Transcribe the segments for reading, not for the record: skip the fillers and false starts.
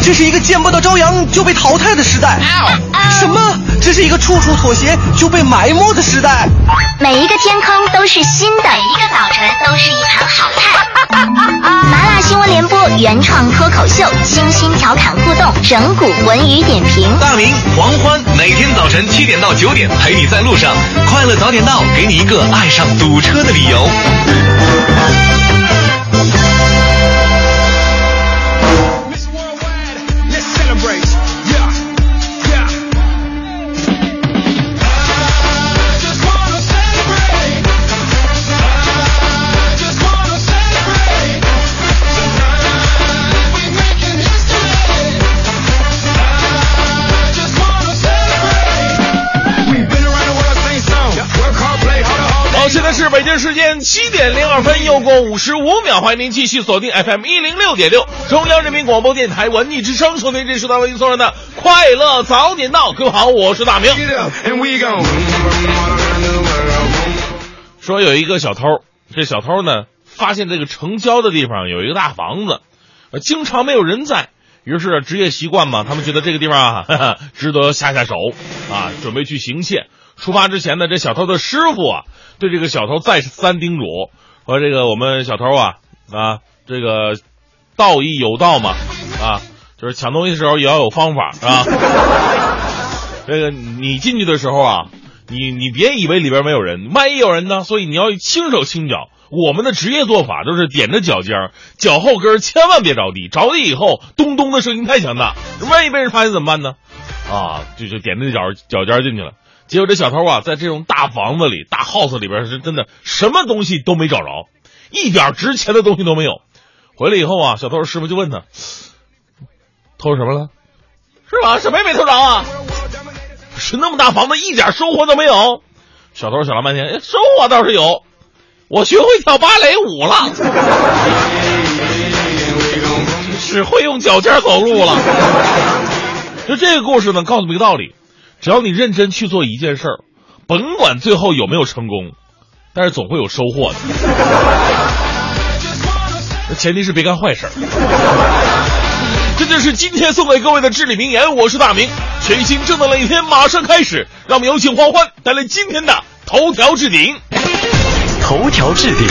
这是一个见不到朝阳就被淘汰的时代。什么？这是一个处处妥协就被埋没的时代。 每一个天空都是新的，每一个早晨都是一盘好菜。麻辣新闻联播原创脱口秀，清新调侃互动，整蛊文娱点评。 大明、黄欢每天早晨7点到9点陪你在路上，快乐早点到，给你一个爱上堵车的理由。 现在是北京时间7点02分，又过55秒，欢迎您继续锁定 FM 106.6中央人民广播电台文艺之声，收听这时段为您送上的快乐早点到。各位好，我是大明。说有一个小偷，这小偷呢发现这个城郊的地方有一个大房子，经常没有人在，于是职业习惯嘛，他们觉得这个地方啊值得下手啊，准备去行窃。出发之前呢，这小偷的师傅啊对这个小偷再三叮嘱，说这个我们小偷这个道义有道嘛，就是抢东西的时候也要有方法，是吧？这个你进去的时候啊，你别以为里边没有人，万一有人呢，所以你要轻手轻脚。我们的职业做法都是踮着脚尖，脚后跟千万别着地，着地以后咚咚的声音太强大，万一被人发现怎么办呢？就踮着脚尖进去了。结果这小偷啊，在这种大房子里、大 house 里边是真的什么东西都没找着，一点值钱的东西都没有。回来以后啊，小偷师傅就问他：“偷什么了？是吧？什么也没偷着啊？是那么大房子，一点收获都没有。”小偷想了半天，收获倒是有，我学会跳芭蕾舞了，只会用脚尖走路了。就这个故事呢，告诉我们一个道理。只要你认真去做一件事儿，甭管最后有没有成功，但是总会有收获的。前提是别干坏事。这就是今天送给各位的至理名言，我是大明。全新正能量一天马上开始，让我们有请黄欢带来今天的头条置顶。 头条置顶。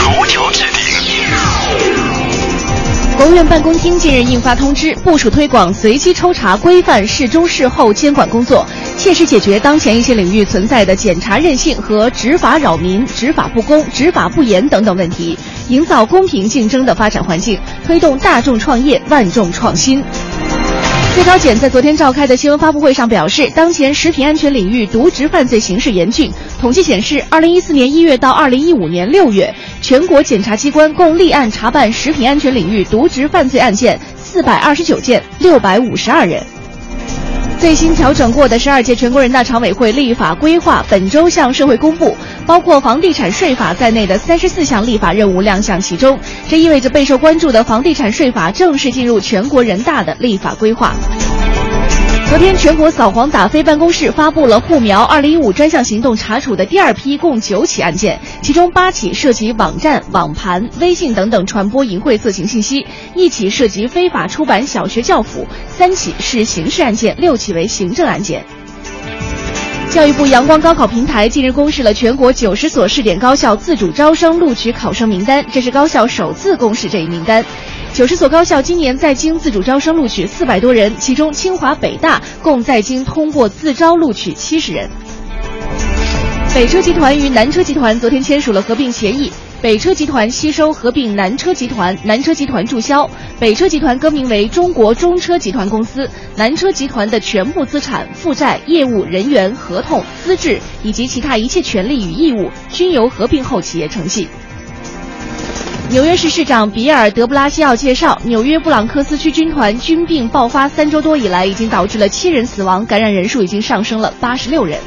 国务院办公厅近日印发通知，部署推广随机抽查规范事中事后监管工作，切实解决当前一些领域存在的检查任性和执法扰民、执法不公、执法不严等等问题，营造公平竞争的发展环境，推动大众创业、万众创新。最高检在昨天召开的新闻发布会上表示，当前食品安全领域渎职犯罪形势严峻。统计显示，2014年1月到2015年6月，全国检察机关共立案查办食品安全领域渎职犯罪案件429件，652人。最新调整过的12届全国人大常委会立法规划本周向社会公布，包括房地产税法在内的34项立法任务亮相其中，这意味着备受关注的房地产税法正式进入全国人大的立法规划。昨天，全国扫黄打非办公室发布了护苗2015专项行动查处的第2批共9起案件，其中8起涉及网站、网盘、微信等等传播淫秽色情信息，1起涉及非法出版小学教辅，3起是刑事案件，6起为行政案件。教育部阳光高考平台近日公示了全国90所试点高校自主招生录取考生名单，这是高校首次公示这一名单。90所高校今年在京自主招生录取400多人，其中清华、北大共在京通过自招录取70人。北车集团与南车集团昨天签署了合并协议，北车集团吸收合并南车集团，南车集团注销，北车集团更名为中国中车集团公司，南车集团的全部资产、负债、业务、人员、合同、资质以及其他一切权利与义务均由合并后企业承继。纽约市市长比尔·德布拉西奥介绍，纽约布朗克斯区军团军病爆发3周多以来，已经导致了7人死亡，感染人数已经上升了86人。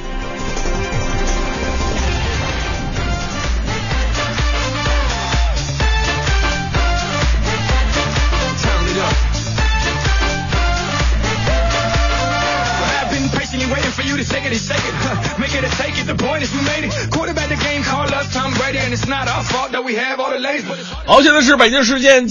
Make it or take it, the point is we made it. Quarterback the game, call us Tom Brady, and it's not our fault that 好，现在是北京时间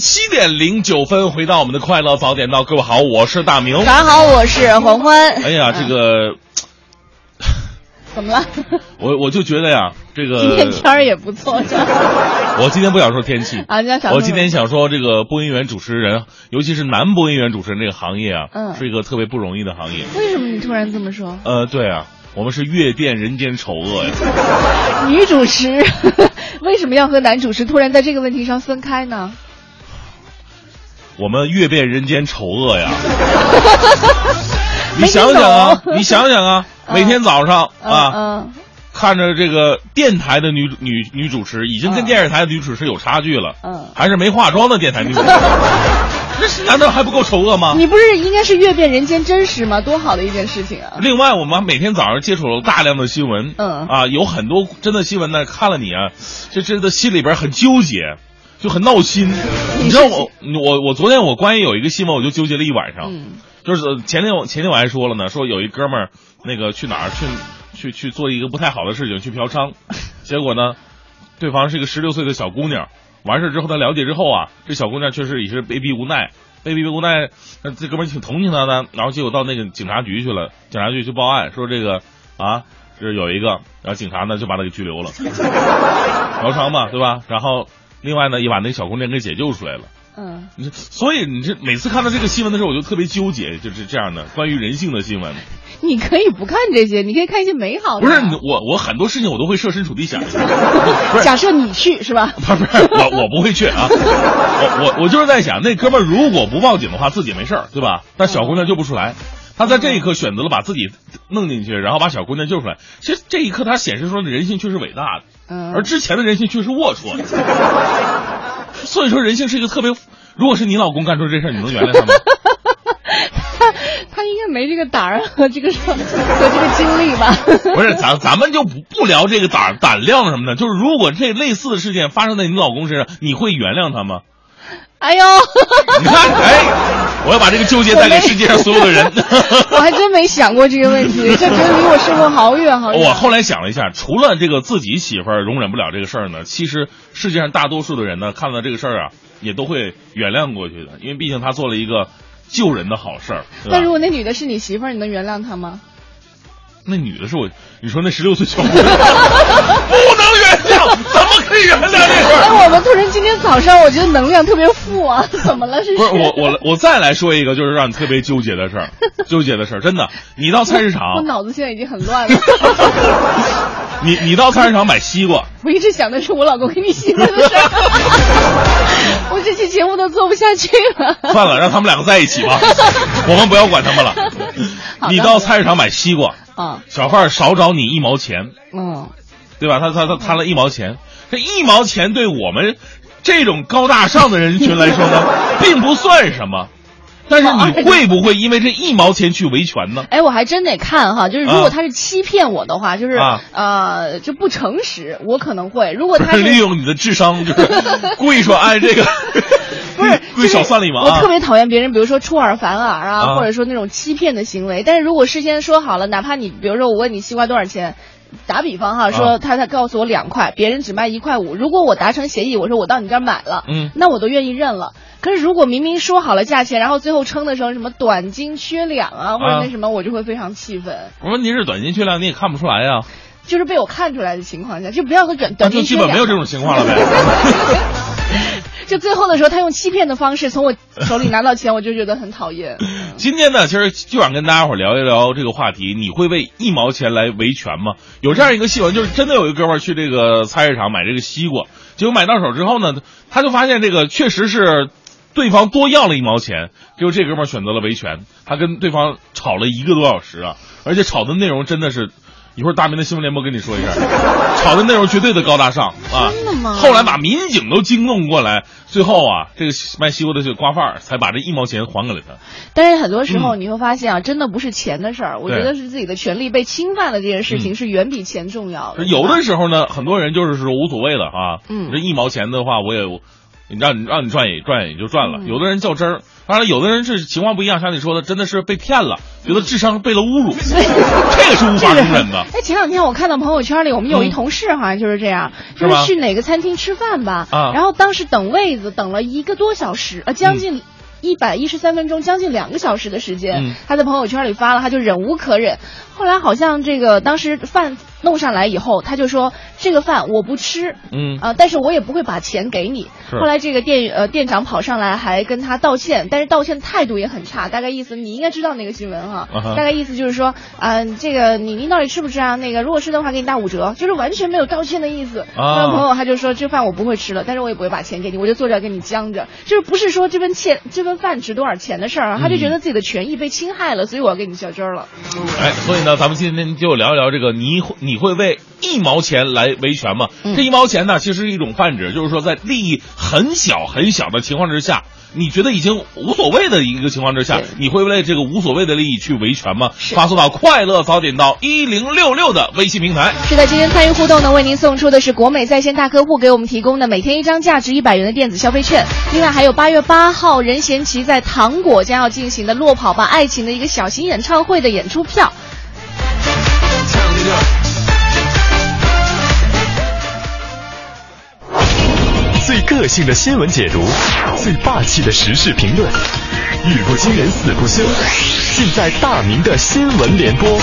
7:09，回到我们的快乐早点到。各位好，我是大明。 大家好，我是黄欢。 哎呀，这个怎么了？ 我就觉得呀，这个今天天儿也不错，是吧？ 我今天不想说天气啊， 我今天想说这个播音员主持人，尤其是男播音员主持人这个行业啊，是一个特别不容易的行业。 为什么你突然这么说？ 对啊，我们是越变人间丑恶呀。 女主持为什么要和男主持突然在这个问题上分开呢？ 我们越变人间丑恶呀。你想想啊，每天早上看着这个电台的女主持已经跟电视台的女主持有差距了，还是没化妆的电台女主持，这难道还不够丑恶吗？ 你不是应该是越变人间真实吗？多好的一件事情啊！ 另外，我们每天早上接触了大量的新闻，有很多真的新闻呢，看了你啊，这真的心里边很纠结，就很闹心。你知道我昨天我关于有一个新闻，我就纠结了一晚上。就是前天我还说了呢，说有一哥们儿那个去哪儿去做一个不太好的事情，去嫖娼，结果呢，对方是一个16岁的小姑娘。完事之后他了解之后啊，这小姑娘确实也是被逼无奈，这哥们儿挺同情他的，然后结果到那个警察局去了，警察局去报案说这个这有一个，然后警察呢就把他给拘留了，嫖娼嘛，对吧？然后另外呢也把那个小姑娘给解救出来了。所以你这每次看到这个新闻的时候，我就特别纠结，就是这样的关于人性的新闻。 你可以不看这些，你可以看一些美好的。 不是我很多事情我都会设身处地想一下。不是假设你去是吧？ 不是我不会去啊。我就是在想，那哥们儿如果不报警的话，自己没事儿，对吧？但小姑娘救不出来，他在这一刻选择了把自己弄进去，然后把小姑娘救出来。其实这一刻他显示出人性却是伟大的，而之前的人性却是龌龊的。所以说人性是一个特别，如果是你老公干出这事儿，你能原谅他吗？ 他应该没这个胆儿和这个经历吧？ 不是，咱们就不聊这个胆量什么的，就是如果这类似的事件发生在你老公身上，你会原谅他吗？ 哎呦， 你看，我要把这个纠结带给世界上所有的人。 我还真没想过这个问题，这真离我生活好远好远。 我后来想了一下，除了这个自己媳妇儿容忍不了这个事儿呢，其实世界上大多数的人呢，看到这个事儿啊，也都会原谅过去的，因为毕竟他做了一个救人的好事儿。 那如果那女的是你媳妇儿，你能原谅她吗？ 那女的是你说那16岁小姑娘不能原谅，怎么可以原谅这事儿？ 我们突然今天早上我觉得能量特别负啊，怎么了？不是我再来说一个，就是让你特别纠结的事儿，真的，你到菜市场， 我脑子现在已经很乱了。 你到菜市场买西瓜， 我一直想的是我老公给你西瓜的事儿，我这期节目都做不下去了。 算了，让他们两个在一起吧，我们不要管他们了。你到菜市场买西瓜。小贩少找你1毛钱，对吧？他贪了1毛钱，这1毛钱对我们这种高大上的人群来说呢，并不算什么。但是你会不会因为这1毛钱去维权呢？ 我还真得看哈，就是如果他是欺骗我的话，就是就不诚实，我可能会；如果他是利用你的智商，就是故意说这个。 不是归少算礼吗？ 我特别讨厌别人，比如说出尔反尔啊，或者说那种欺骗的行为。但是如果事先说好了，哪怕你比如说我问你西瓜多少钱，打比方哈，说他告诉我2块，别人只卖1块5，如果我达成协议，我说我到你这儿买了，那我都愿意认了。可是如果明明说好了价钱，然后最后称的时候什么短斤缺两啊，或者那什么，我就会非常气愤。 问题是短斤缺两你也看不出来呀。 就是被我看出来的情况下，就不要和短斤缺两。 就基本没有这种情况了呗。 就最后的时候，他用欺骗的方式从我手里拿到钱，我就觉得很讨厌。 今天呢，其实就想跟大家伙聊一聊这个话题：你会为1毛钱来维权吗？有这样一个新闻，就是真的有一个哥们儿去这个菜市场买这个西瓜，结果买到手之后呢，他就发现这个确实是对方多要了1毛钱，结果这哥们儿选择了维权，他跟对方吵了1个多小时啊，而且吵的内容真的是。一会儿大明的新闻联播跟你说一下，吵的内容绝对的高大上啊！ 真的吗？ 后来把民警都惊动过来，最后这个卖西瓜的这个瓜贩才把这1毛钱还给了他。 但是很多时候你会发现真的不是钱的事儿，我觉得是自己的权利被侵犯了，这件事情是远比钱重要的。 有的时候呢，很多人就是说无所谓了这1毛钱的话，我也让你赚也就赚了。有的人较真儿，当然有的人是情况不一样，像你说的，真的是被骗了， 觉得智商被了侮辱，这个是无法容忍的。 哎，前两天我看到朋友圈里，我们有一同事好像就是这样，就是去哪个餐厅吃饭吧，然后当时等位子等了1个多小时，将近113分钟，将近2个小时的时间，他在朋友圈里发了，他就忍无可忍。后来好像这个当时饭弄上来以后，他就说这个饭我不吃，但是我也不会把钱给你。后来这个店长跑上来还跟他道歉，但是道歉态度也很差，大概意思你应该知道那个新闻哈，大概意思就是说，这个您到底吃不吃啊？那个如果吃的话给你打5折，就是完全没有道歉的意思。那朋友他就说这饭我不会吃了，但是我也不会把钱给你，我就坐这跟你僵着，就是不是说这份饭值多少钱的事儿啊，他就觉得自己的权益被侵害了，所以我要跟你较真了。 哎，所以呢，咱们今天就聊一聊这个你会为1毛钱来维权吗？这1毛钱呢，其实是一种泛指，就是说在利益很小很小的情况之下，你觉得已经无所谓的一个情况之下，你会为这个无所谓的利益去维权吗？发送到快乐早点到1066的微信平台。 是的，今天参与互动呢，为您送出的是国美在线大客户给我们提供的每天1张价值100元的电子消费券，另外还有8月8号任贤齐在糖果将要进行的落跑吧爱情的一个小型演唱会的演出票。 最个性的新闻解读，最霸气的时事评论，语不惊人死不休，尽在大明的新闻联播。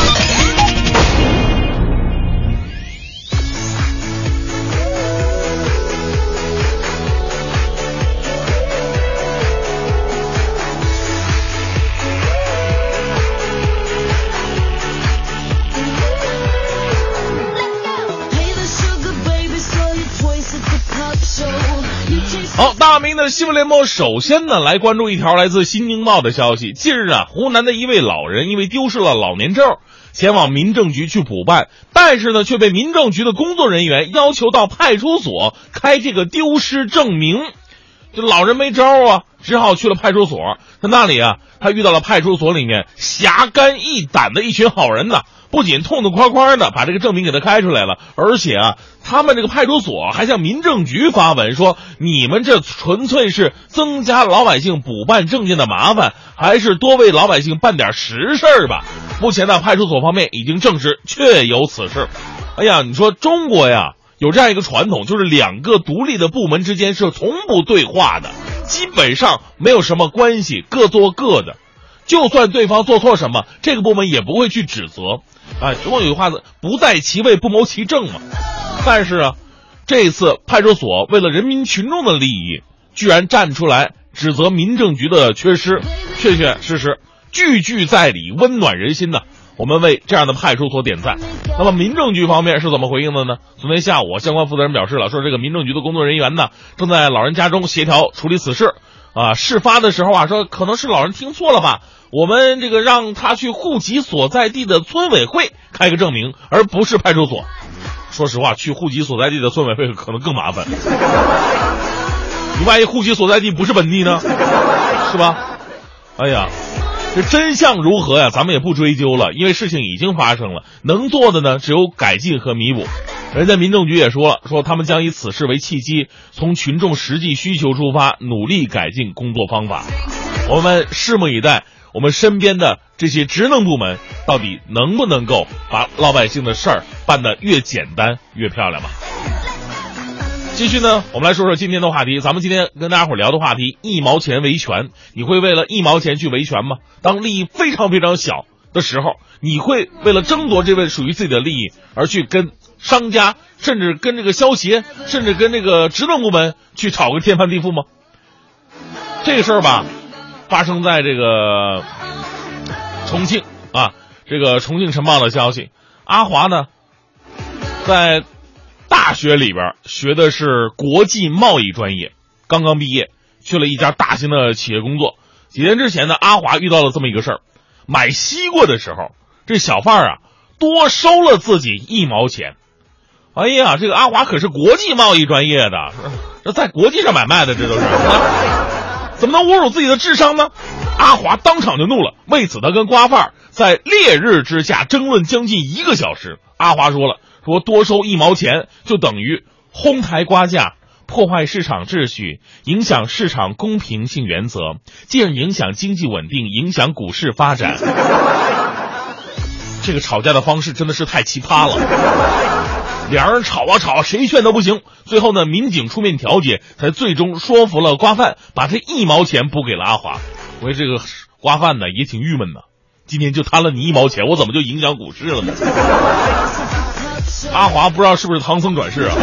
好，大明的新闻联播，首先呢，来关注一条来自《新京报》的消息。近日啊，湖南的一位老人因为丢失了老年证，前往民政局去补办，但是呢，却被民政局的工作人员要求到派出所开这个丢失证明。这老人没招啊，只好去了派出所。在那里啊，他遇到了派出所里面侠肝义胆的一群好人呢。不仅痛痛快快的把这个证明给他开出来了，而且啊，他们这个派出所还向民政局发文说，你们这纯粹是增加老百姓补办证件的麻烦，还是多为老百姓办点实事吧。目前呢，派出所方面已经证实确有此事。哎呀，你说中国呀，有这样一个传统，就是2个独立的部门之间是从不对话的，基本上没有什么关系，各做各的。就算对方做错什么，这个部门也不会去指责。中国有句话子，不在其位不谋其政嘛。但是啊，这一次派出所为了人民群众的利益，居然站出来指责民政局的缺失，确确实实句句在理，温暖人心呐。我们为这样的派出所点赞。那么民政局方面是怎么回应的呢？昨天下午，相关负责人表示了，说这个民政局的工作人员呢，正在老人家中协调处理此事。事发的时候啊，说可能是老人听错了吧，我们这个让他去户籍所在地的村委会开个证明，而不是派出所。说实话，去户籍所在地的村委会可能更麻烦。你万一户籍所在地不是本地呢，是吧？哎呀，这真相如何呀，咱们也不追究了，因为事情已经发生了，能做的呢只有改进和弥补。人家民政局也说了，说他们将以此事为契机，从群众实际需求出发，努力改进工作方法。我们拭目以待，我们身边的这些职能部门到底能不能够把老百姓的事儿办得越简单越漂亮吧。继续呢，我们来说说今天的话题。咱们今天跟大家伙聊的话题，1毛钱维权。你会为了1毛钱去维权吗？当利益非常非常小的时候，你会为了争夺这份属于自己的利益而去跟商家，甚至跟这个消协，甚至跟这个职能部门去吵个天翻地覆吗？这个事儿吧，发生在这个重庆啊。这个重庆晨报的消息，阿华呢在大学里边学的是国际贸易专业，刚刚毕业，去了一家大型的企业工作。几天之前呢，阿华遇到了这么一个事儿，买西瓜的时候，这小贩啊多收了自己1毛钱。哎呀，这个阿华可是国际贸易专业的，这在国际上买卖的，这都是怎么能侮辱自己的智商呢？阿华当场就怒了，为此他跟瓜贩在烈日之下争论将近1个小时。阿华说了，说多收1毛钱就等于哄抬瓜价，破坏市场秩序，影响市场公平性原则，进而影响经济稳定，影响股市发展。 这个吵架的方式真的是太奇葩了。两人吵啊吵，谁劝都不行。最后呢，民警出面调解，才最终说服了瓜贩，把这1毛钱补给了阿华。我说这个瓜贩呢也挺郁闷的，今天就贪了你1毛钱，我怎么就影响股市了呢？阿华不知道是不是唐僧转世啊？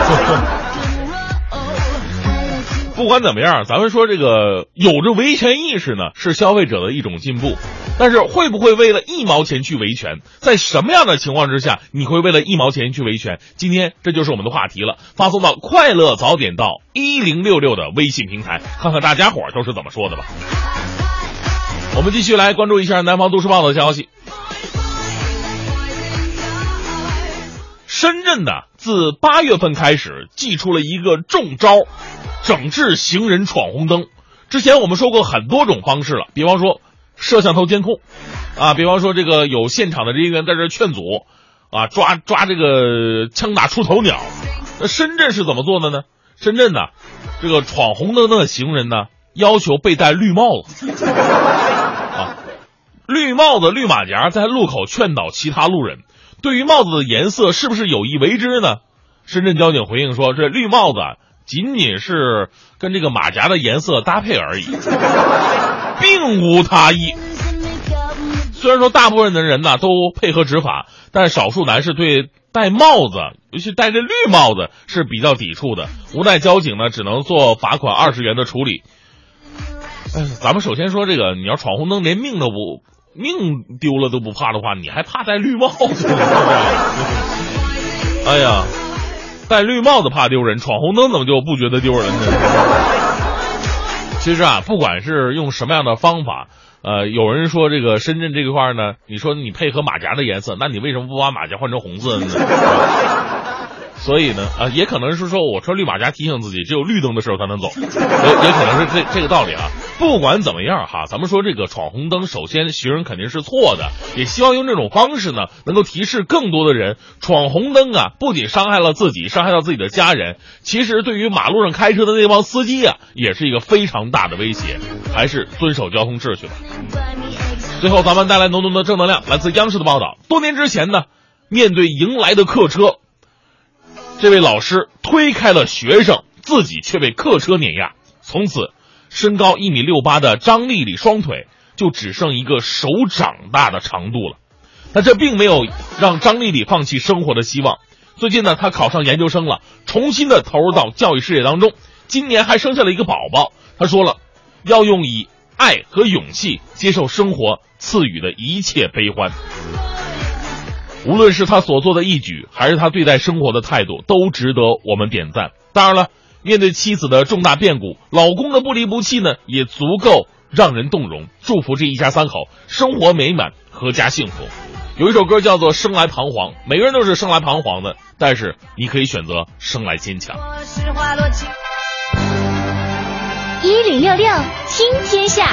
不管怎么样，咱们说这个有着维权意识呢，是消费者的一种进步。但是会不会为了1毛钱去维权？在什么样的情况之下，你会为了1毛钱去维权？今天这就是我们的话题了，发送到快乐早点到1066的微信平台，看看大家伙都是怎么说的吧。我们继续来关注一下南方都市报的消息。深圳的自8月份开始祭出了一个重招，整治行人闯红灯。之前我们说过很多种方式了，比方说摄像头监控啊，比方说这个有现场的人员在这劝阻啊，抓这个枪打出头鸟。那深圳是怎么做的呢？深圳呢，这个闯红灯的行人呢，要求被戴绿帽子啊，绿帽子绿马甲，在路口劝导其他路人。对于帽子的颜色是不是有意为之呢？深圳交警回应说，这绿帽子仅仅是跟这个马甲的颜色搭配而已，并无他意。虽然说大部分的人呢都配合执法，但是少数男士对戴帽子，尤其戴着绿帽子是比较抵触的。无奈交警呢只能做罚款20元的处理。咱们首先说这个，你要闯红灯连命丢了都不怕的话，你还怕戴绿帽子？哎呀，戴绿帽子怕丢人，闯红灯怎么就不觉得丢人呢？其实啊，不管是用什么样的方法，有人说这个深圳这个块呢，你说你配合马甲的颜色，那你为什么不把马甲换成红色呢？所以呢，也可能是说我穿绿马甲提醒自己，只有绿灯的时候才能走，也可能是这个道理啊。不管怎么样哈，咱们说这个闯红灯，首先行人肯定是错的，也希望用这种方式呢，能够提示更多的人，闯红灯啊，不仅伤害了自己，伤害到自己的家人，其实对于马路上开车的那帮司机啊，也是一个非常大的威胁，还是遵守交通秩序吧。最后咱们带来浓浓的正能量，来自央视的报道。多年之前呢，面对迎来的客车，这位老师推开了学生，自己却被客车碾压。从此身高1.68米的张丽丽双腿就只剩一个手掌大的长度了。但这并没有让张丽丽放弃生活的希望。最近呢，她考上研究生了，重新的投入到教育事业当中，今年还生下了一个宝宝。她说了，要用以爱和勇气接受生活赐予的一切悲欢。无论是他所做的一举，还是他对待生活的态度，都值得我们点赞。当然了，面对妻子的重大变故，老公的不离不弃呢，也足够让人动容。祝福这一家3口生活美满，阖家幸福。有一首歌叫做《生来彷徨》，每个人都是生来彷徨的，但是你可以选择生来坚强。 1066听天下。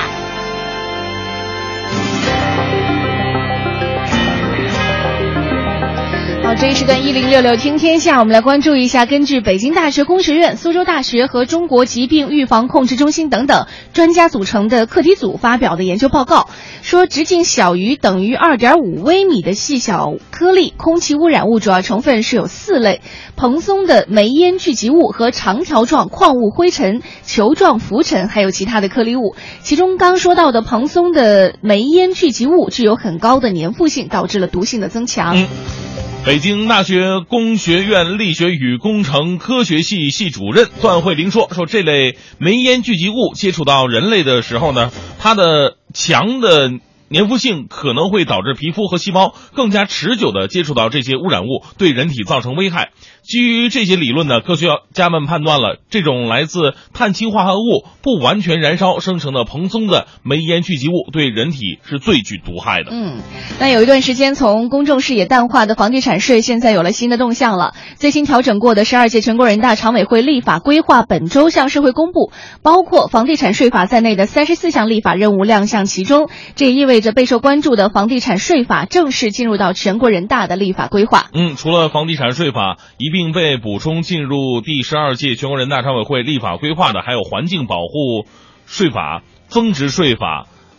好，这一时段1066听天下，我们来关注一下，根据北京大学工学院、苏州大学和中国疾病预防控制中心等等专家组成的课题组发表的研究报告，说直径小于等于2.5微米的细小颗粒空气污染物主要成分是有4类：蓬松的煤烟聚集物和长条状矿物灰尘、球状浮尘，还有其他的颗粒物。其中刚说到的蓬松的煤烟聚集物具有很高的粘附性，导致了毒性的增强。 北京大学工学院力学与工程科学系系主任段慧玲说，这类煤烟聚集物接触到人类的时候呢，它的强的粘附性可能会导致皮肤和细胞更加持久地接触到这些污染物，对人体造成危害。基于这些理论呢，科学家们判断了这种来自碳氢化合物不完全燃烧生成的蓬松的煤烟聚集物对人体是最具毒害的。 那有一段时间从公众视野淡化的房地产税现在有了新的动向了。最新调整过的12届全国人大常委会立法规划本周向社会公布，包括房地产税法在内的34项立法任务亮相其中。这也意味着备受关注的房地产税法正式进入到全国人大的立法规划。 除了房地产税法一并被补充进入第12届全国人大常委会立法规划的，还有环境保护税法、增值税法、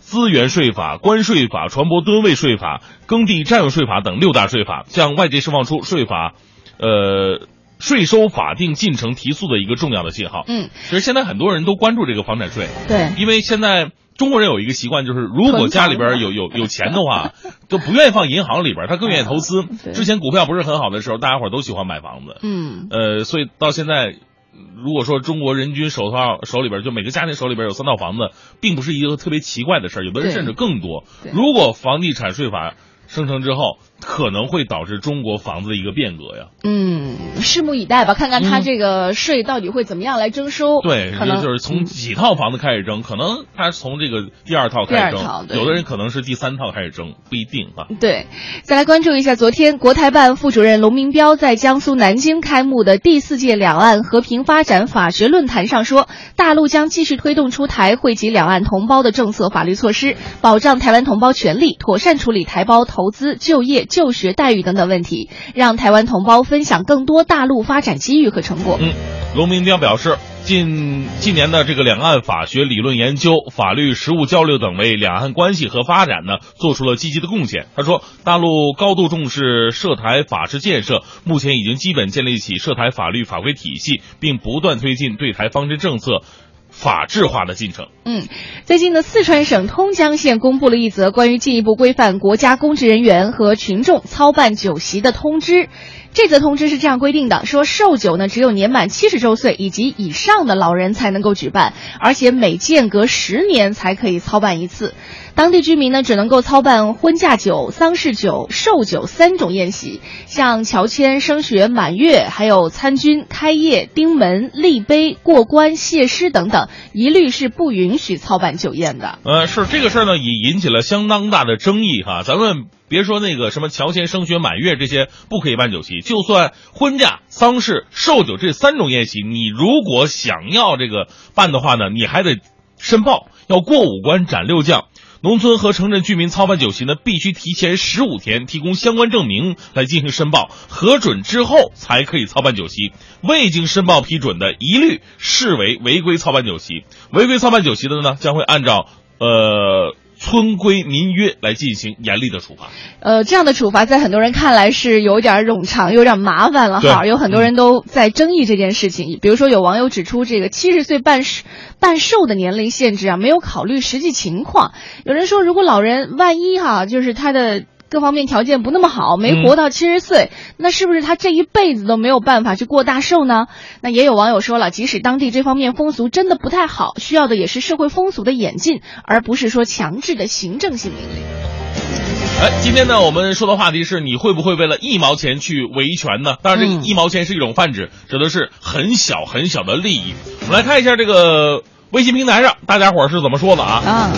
资源税法、关税法、船舶吨位税法、耕地占用税法等6大税法，向外界释放出税法税收法定进程提速的一个重要的信号。其实现在很多人都关注这个房产税， 对， 因为现在中国人有一个习惯，就是如果家里边有钱的话，都不愿意放银行里边，他更愿意投资。之前股票不是很好的时候，大家伙都喜欢买房子。所以到现在，如果说中国人均手里边就每个家庭手里边有3套房子，并不是一个特别奇怪的事儿，有的人甚至更多。如果房地产税法生成之后，可能会导致中国房子的一个变革呀。 拭目以待吧，看看它这个税到底会怎么样来征收。 对，可能就是从几套房子开始征，可能他从这个第2套开始征，有的人可能是第3套开始征，不一定啊。 对，再来关注一下昨天国台办副主任龙明标在江苏南京开幕的第4届两岸和平发展法学论坛上说，大陆将继续推动出台惠及两岸同胞的政策法律措施，保障台湾同胞权利，妥善处理台胞投资、就业、就学待遇等等问题，让台湾同胞分享更多大陆发展机遇和成果。 龙明标表示，近年的这个两岸法学理论研究、法律实务交流等为两岸关系和发展呢做出了积极的贡献。他说，大陆高度重视涉台法治建设，目前已经基本建立起涉台法律法规体系，并不断推进对台方针政策法治化的进程。 最近的四川省通江县公布了一则关于进一步规范国家公职人员和群众操办酒席的通知。这则通知是这样规定的，说寿酒呢只有年满70周岁以及以上的老人才能够举办，而且每间隔10年才可以操办一次。当地居民呢只能够操办婚嫁酒、丧事酒、寿酒3种宴席，像乔迁、升学、满月，还有参军、开业、丁门、立碑、过关、谢师等等，一律是不允许操办酒宴的。 是这个事儿呢，也引起了相当大的争议哈。咱们别说那个什么乔迁、升学、满月这些不可以办酒席，就算婚嫁、丧事、寿酒这3种宴席，你如果想要这个办的话呢，你还得申报，要过5关斩6将。农村和城镇居民操办酒席呢，必须提前15天提供相关证明来进行申报，核准之后才可以操办酒席。未经申报批准的，一律视为违规操办酒席。违规操办酒席的呢，将会按照村规民约来进行严厉的处罚。 这样的处罚在很多人看来是有点冗长，有点麻烦了哈。有很多人都在争议这件事情。比如说有网友指出，这个70岁办寿的年龄限制啊，没有考虑实际情况。有人说，如果老人万一就是他的各方面条件不那么好，没活到70岁，那是不是他这一辈子都没有办法去过大寿呢？那也有网友说了，即使当地这方面风俗真的不太好，需要的也是社会风俗的演进，而不是说强制的行政性命令。 今天呢，我们说的话题是，你会不会为了1毛钱去维权呢？当然，这个1毛钱是一种泛指，指的是很小很小的利益。我们来看一下这个微信平台上大家伙是怎么说的啊。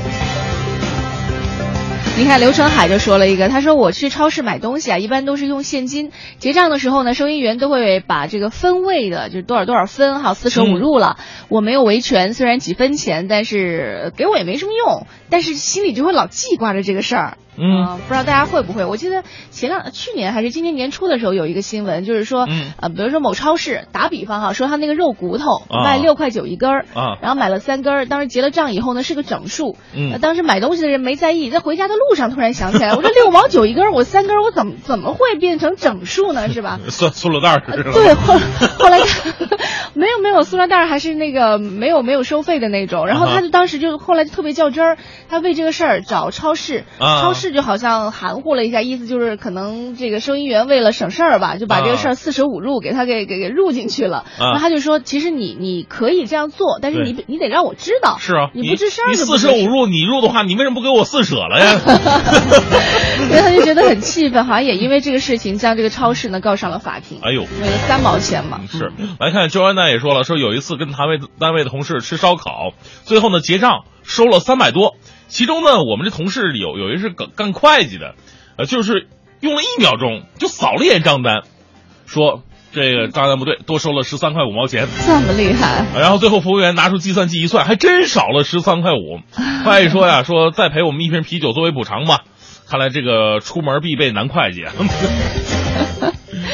你看刘成海就说了一个，他说我去超市买东西啊，一般都是用现金，结账的时候呢，收银员都会把这个分位的，就是多少分4舍5入了。我没有维权，虽然几分钱，但是给我也没什么用，但是心里就会老记挂着这个事儿。不知道大家会不会？我记得去年还是今年年初的时候有一个新闻，就是说，比如说某超市，打比方说他那个肉骨头卖6块9一根儿，然后买了3根儿，当时结了账以后呢是个整数，当时买东西的人没在意，在回家的路上突然想起来，我这6毛9一根儿，我3根儿我怎么会变成整数呢？是吧？ 算塑料袋是吧？ 对，后来没有塑料袋，还是那个没有收费的那种，然后他就当时就后来就特别较真儿，他为这个事儿找超市就好像含糊了一下，意思就是可能这个收银员为了省事儿吧，就把这个事儿4舍5入给他给入进去了。那他就说，其实你可以这样做，但是你得让我知道。 是啊， 你不吱声， 你4舍5入，你入的话，你为什么不给我4舍了呀？ 所以他就觉得很气愤，好像也因为这个事情将这个超市呢告上了法庭。 哎呦， 为了3毛钱嘛。 是，来看周安娜也说了，说有一次跟单位的同事吃烧烤，最后呢结账收了300多。其中呢，我们这同事有一是干会计的，就是用了1秒钟就扫了一眼账单，说这个账单不对，多收了13块5毛钱， 这么厉害。 然后最后服务员拿出计算器一算，还真少了13块5。会计说呀，说再赔我们1瓶啤酒作为补偿吧。看来这个出门必备男会计。 哎，我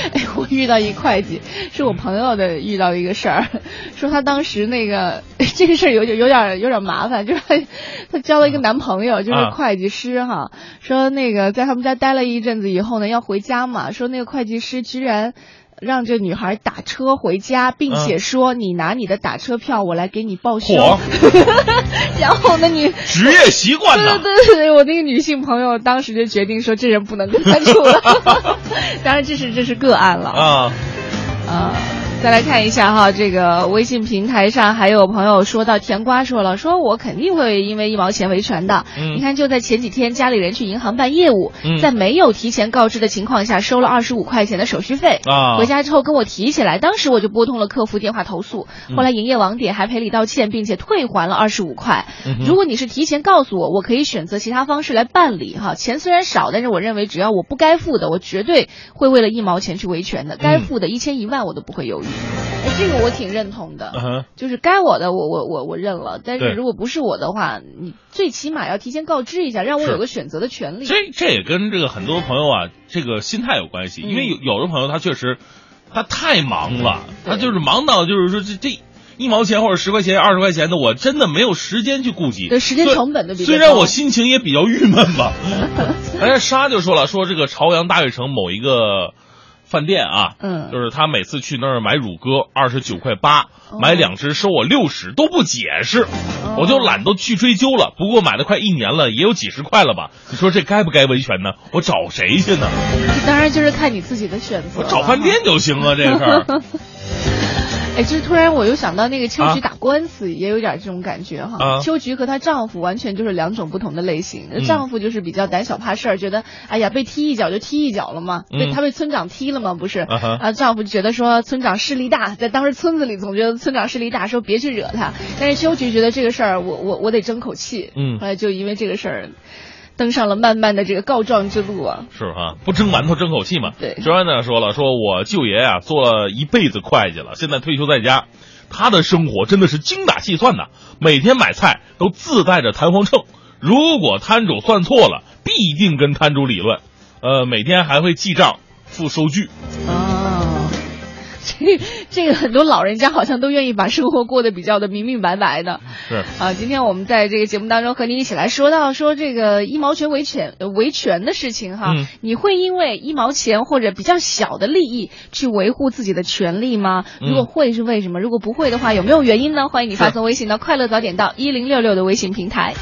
遇到一会计，是我朋友的遇到一个事儿，说他当时那个这个事儿有点麻烦，就是他交了一个男朋友，就是会计师哈，说那个在他们家待了一阵子以后呢，要回家嘛，说那个会计师居然让这女孩打车回家，并且说你拿你的打车票，我来给你报销。然后呢，你职业习惯呢？ 对，我那个女性朋友当时就决定说，这人不能跟他处了。当然，这是个案了再来看一下哈，这个微信平台上还有朋友说到甜瓜说了，说我肯定会因为1毛钱维权的。你看，就在前几天，家里人去银行办业务，在没有提前告知的情况下，收了25块钱的手续费。回家之后跟我提起来，当时我就拨通了客服电话投诉，后来营业网点还赔礼道歉，并且退还了25块。如果你是提前告诉我，我可以选择其他方式来办理哈。钱虽然少，但是我认为只要我不该付的，我绝对会为了1毛钱去维权的。该付的1000、1万我都不会犹豫。这个我挺认同的，就是该我的我认了，但是如果不是我的话，你最起码要提前告知一下，让我有个选择的权利。 这也跟这个很多朋友啊，这个心态有关系，因为有的朋友他确实他太忙了，他就是忙到就是说这1毛钱或者10块钱、20块钱的，我真的没有时间去顾及， 对时间成本的比较高。 虽然我心情也比较郁闷吧。沙就说了，说这个朝阳大悦城某一个饭店啊，就是他每次去那儿买乳鸽29.8块，买2只收我60，都不解释，我就懒得去追究了。不过买了快1年了，也有几十块了吧？你说这该不该维权呢？我找谁去呢？ 这当然就是看你自己的选择。 我找饭店就行了，这个事儿。 就是突然我又想到那个秋菊打官司，也有点这种感觉哈。秋菊和她丈夫完全就是2种不同的类型。丈夫就是比较胆小怕事儿，觉得哎呀被踢一脚就踢一脚了嘛，他被村长踢了嘛，不是？丈夫就觉得说村长势力大，在当时村子里总觉得村长势力大，说别去惹他。但是秋菊觉得这个事儿我得争口气，后来就因为这个事儿登上了漫漫的这个告状之路啊！ 是啊，不争馒头争口气嘛。 对， 周安呢说了，说我舅爷啊做了一辈子会计了，现在退休在家，他的生活真的是精打细算的，每天买菜都自带着弹簧秤，如果摊主算错了，必定跟摊主理论，每天还会记账付收据。 这个很多老人家好像都愿意把生活过得比较的明明白白的。 是今天我们在这个节目当中和你一起来说到说这个1毛钱维权的事情哈，你会因为1毛钱或者比较小的利益去维护自己的权利吗？如果会是为什么？如果不会的话，有没有原因呢？欢迎你发送微信到快乐早点到1066的微信平台。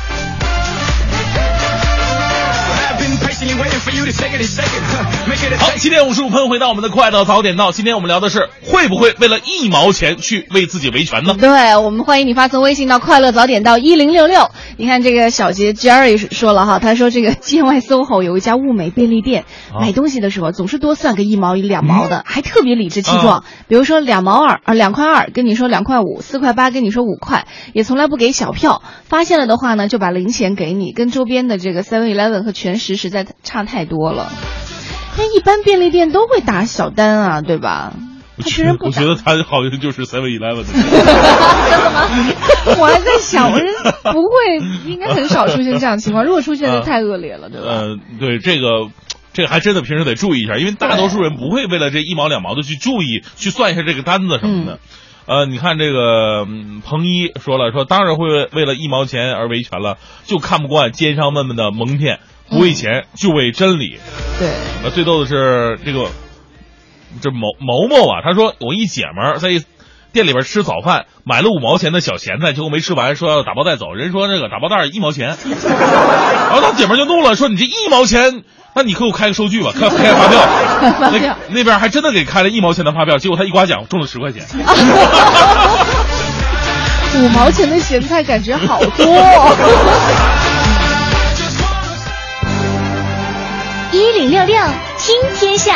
好，7点55分，回到我们的快乐早点到。今天我们聊的是会不会为了1毛钱去为自己维权呢？ 对，我们欢迎你发送微信到快乐早点到1066。你看这个小杰 Jerry 说了哈，他说这个建外 SOHO 有一家物美便利店，买东西的时候总是多算个1毛1、2毛的，还特别理直气壮。比如说2毛2、2块2跟你说2块5、4块8跟你说5块，也从来不给小票。发现了的话呢，就把零钱给你，跟周边的这个 7-Eleven 和全食实在差太多了。那一般便利店都会打小单啊，对吧？ 我觉得他好像就是 7-Eleven 的。 真的吗？我还在想，我说不会，应该很少出现这样的情况。如果出现的太恶劣了，对吧？ 对，这个还真的平时得注意一下，因为大多数人不会为了这1毛2毛的去注意去算一下这个单子什么的。你看这个彭一说了，说当然会为了1毛钱而维权了，就看不惯奸商们的蒙骗，不为钱就为真理。 对， 最逗的是这某啊，他说我一姐们儿在店里边吃早饭，买了5毛钱的小咸菜，结果没吃完，说要打包带走，人说这个打包袋1毛钱，然后他姐们儿就怒了，说你这1毛钱，那你给我开个收据吧，开发票。那边还真的给开了1毛钱的发票，结果他一刮奖中了10块钱。 5毛钱的咸菜感觉好多。 1066听天下。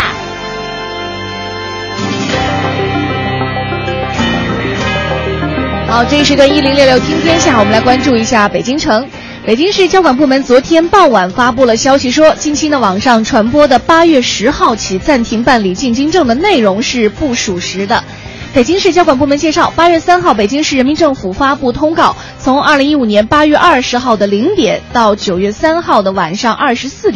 好，这一时段1066听天下，我们来关注一下北京城。北京市交管部门昨天傍晚发布了消息说，近期的网上传播的8月10号起暂停办理进京证的内容是不属实的。北京市交管部门介绍，8月3号，北京市人民政府发布通告，从2015年8月20号的0点到9月3号的晚上24点，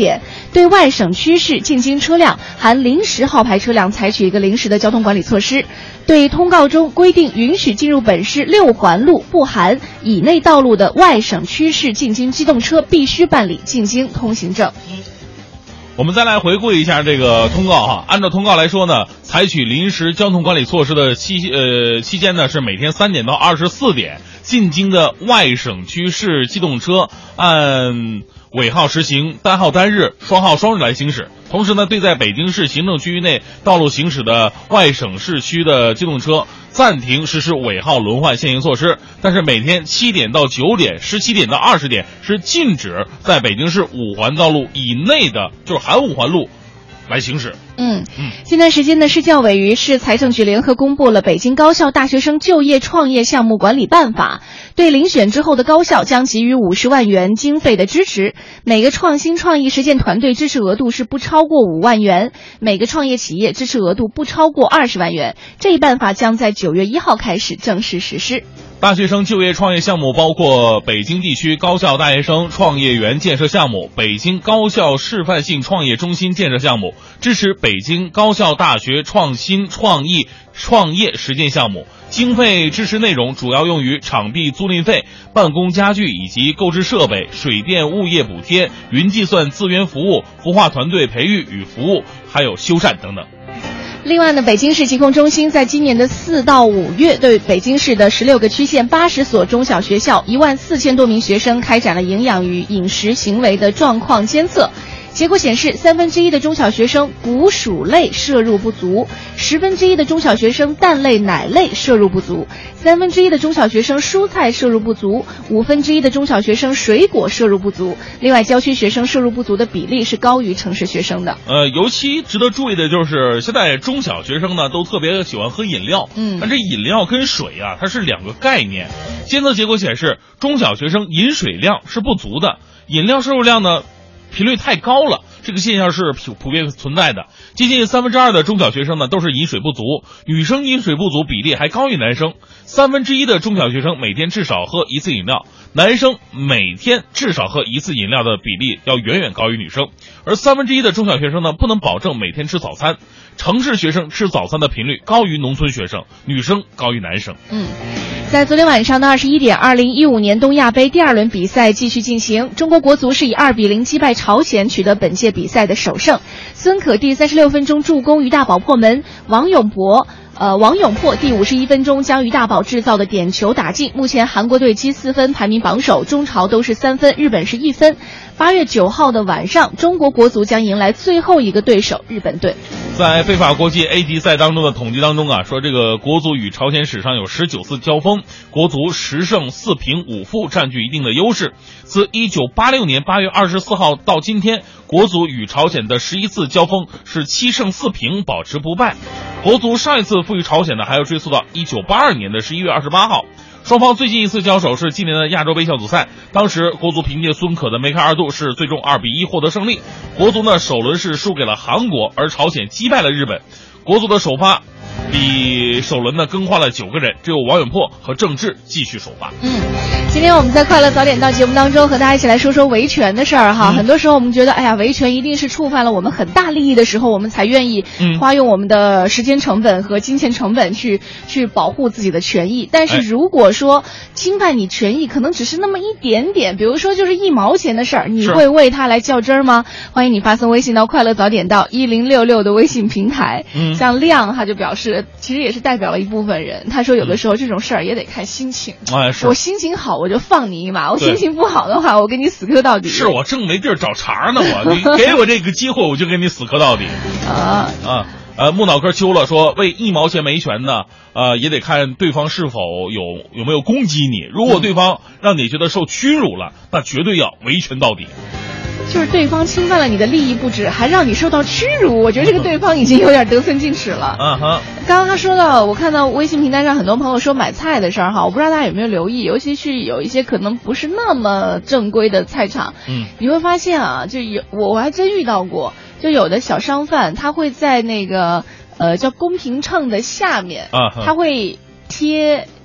对外省区市进京车辆含临时号牌车辆采取一个临时的交通管理措施，对通告中规定允许进入本市6环路不含以内道路的外省区市进京机动车必须办理进京通行证。 我们再来回顾一下这个通告哈。按照通告来说呢，采取临时交通管理措施的期间呢是每天3点到24点，进京的外省区市机动车按尾号实行单号单日、双号双日来行驶。同时呢，对在北京市行政区域内道路行驶的外省市区的机动车暂停实施尾号轮换限行措施，但是每天7点到9点、17点到20点是禁止在北京市5环道路以内的，就是含5环路来行驶。 近段时间呢，市教委与市财政局联合公布了《北京高校大学生就业创业项目管理办法》，对遴选之后的高校将给予50万元经费的支持，每个创新创意实践团队支持额度是不超过5万元，每个创业企业支持额度不超过20万元。这一办法将在9月1号开始正式实施。 大学生就业创业项目包括北京地区高校大学生创业园建设项目、北京高校示范性创业中心建设项目，支持北京高校大学创新创意创业实践项目。经费支持内容主要用于场地租赁费、办公家具以及购置设备、水电物业补贴、云计算资源服务、孵化团队培育与服务，还有修缮等等。 另外呢，北京市疾控中心在今年的4到5月对北京市的16个区县80所中小学校14000多名学生开展了营养与饮食行为的状况监测。结果显示，1/3的中小学生谷薯类摄入不足，1/10的中小学生蛋类奶类摄入不足，1/3的中小学生蔬菜摄入不足，1/5的中小学生水果摄入不足。另外，郊区学生摄入不足的比例是高于城市学生的。 尤其值得注意的就是现在中小学生呢都特别喜欢喝饮料，但这饮料跟水啊它是2个概念。监测结果显示，中小学生饮水量是不足的，饮料摄入量呢频率太高了，这个现象是普遍存在的。接近2/3的中小学生呢都是饮水不足，女生饮水不足比例还高于男生。1/3的中小学生每天至少喝1次饮料，男生每天至少喝1次饮料的比例要远远高于女生。而1/3的中小学生呢不能保证每天吃早餐，城市学生吃早餐的频率高于农村学生，女生高于男生。 在昨天晚上的21点，2015年东亚杯第2轮比赛继续进行，中国国足是以2-0击败朝鲜，取得本届比赛的首胜。孙可棣36分钟助攻于大宝破门，王永珀第51分钟将于大宝制造的点球打进。目前韩国队积4分，排名榜首，中朝都是3分，日本是1分。8月9号的晚上，中国国足将迎来最后一个对手日本队。 在非法国际 A 级赛当中的统计当中啊，说这个国足与朝鲜史上有19次交锋，国足10胜4平5负，占据一定的优势。自1986年8月24号到今天，国足与朝鲜的11次交锋是7胜4平，保持不败。国足上一次负于朝鲜呢，还要追溯到1982年的11月28号。双方最近一次交手是今年的亚洲杯小组赛，当时国足凭借孙可的梅开二度是最终2-1获得胜利。国足呢首轮是输给了韩国，而朝鲜击败了日本。国足的首发比首轮呢更换了9个人，只有王永珀和郑智继续首发。 今天我们在快乐早点到节目当中和大家一起来说说维权的事儿哈。很多时候我们觉得，哎呀，维权一定是触犯了我们很大利益的时候，我们才愿意花用我们的时间成本和金钱成本去保护自己的权益。但是如果说侵犯你权益可能只是那么一点点，比如说就是1毛钱的事儿，你会为它来较真儿吗？欢迎你发送微信到快乐早点到1066的微信平台。像亮他就表示，其实也是代表了一部分人，他说有的时候这种事儿也得看心情。我心情好我就放你一马，我心情不好的话我跟你死磕到底。 是我正没地儿找茬呢，你给我这个机会我就跟你死磕到底。木脑壳秋了说，为1毛钱维权呢，也得看对方是否有没有攻击你。如果对方让你觉得受屈辱了，那绝对要维权到底。 就是对方侵犯了你的利益不止，还让你受到屈辱，我觉得这个对方已经有点得寸进尺了。刚刚他说到，我看到微信平台上很多朋友说买菜的事儿哈，我不知道大家有没有留意，尤其是有一些可能不是那么正规的菜场，你会发现啊，就我还真遇到过，就有的小商贩他会在那个叫公平秤的下面，他会贴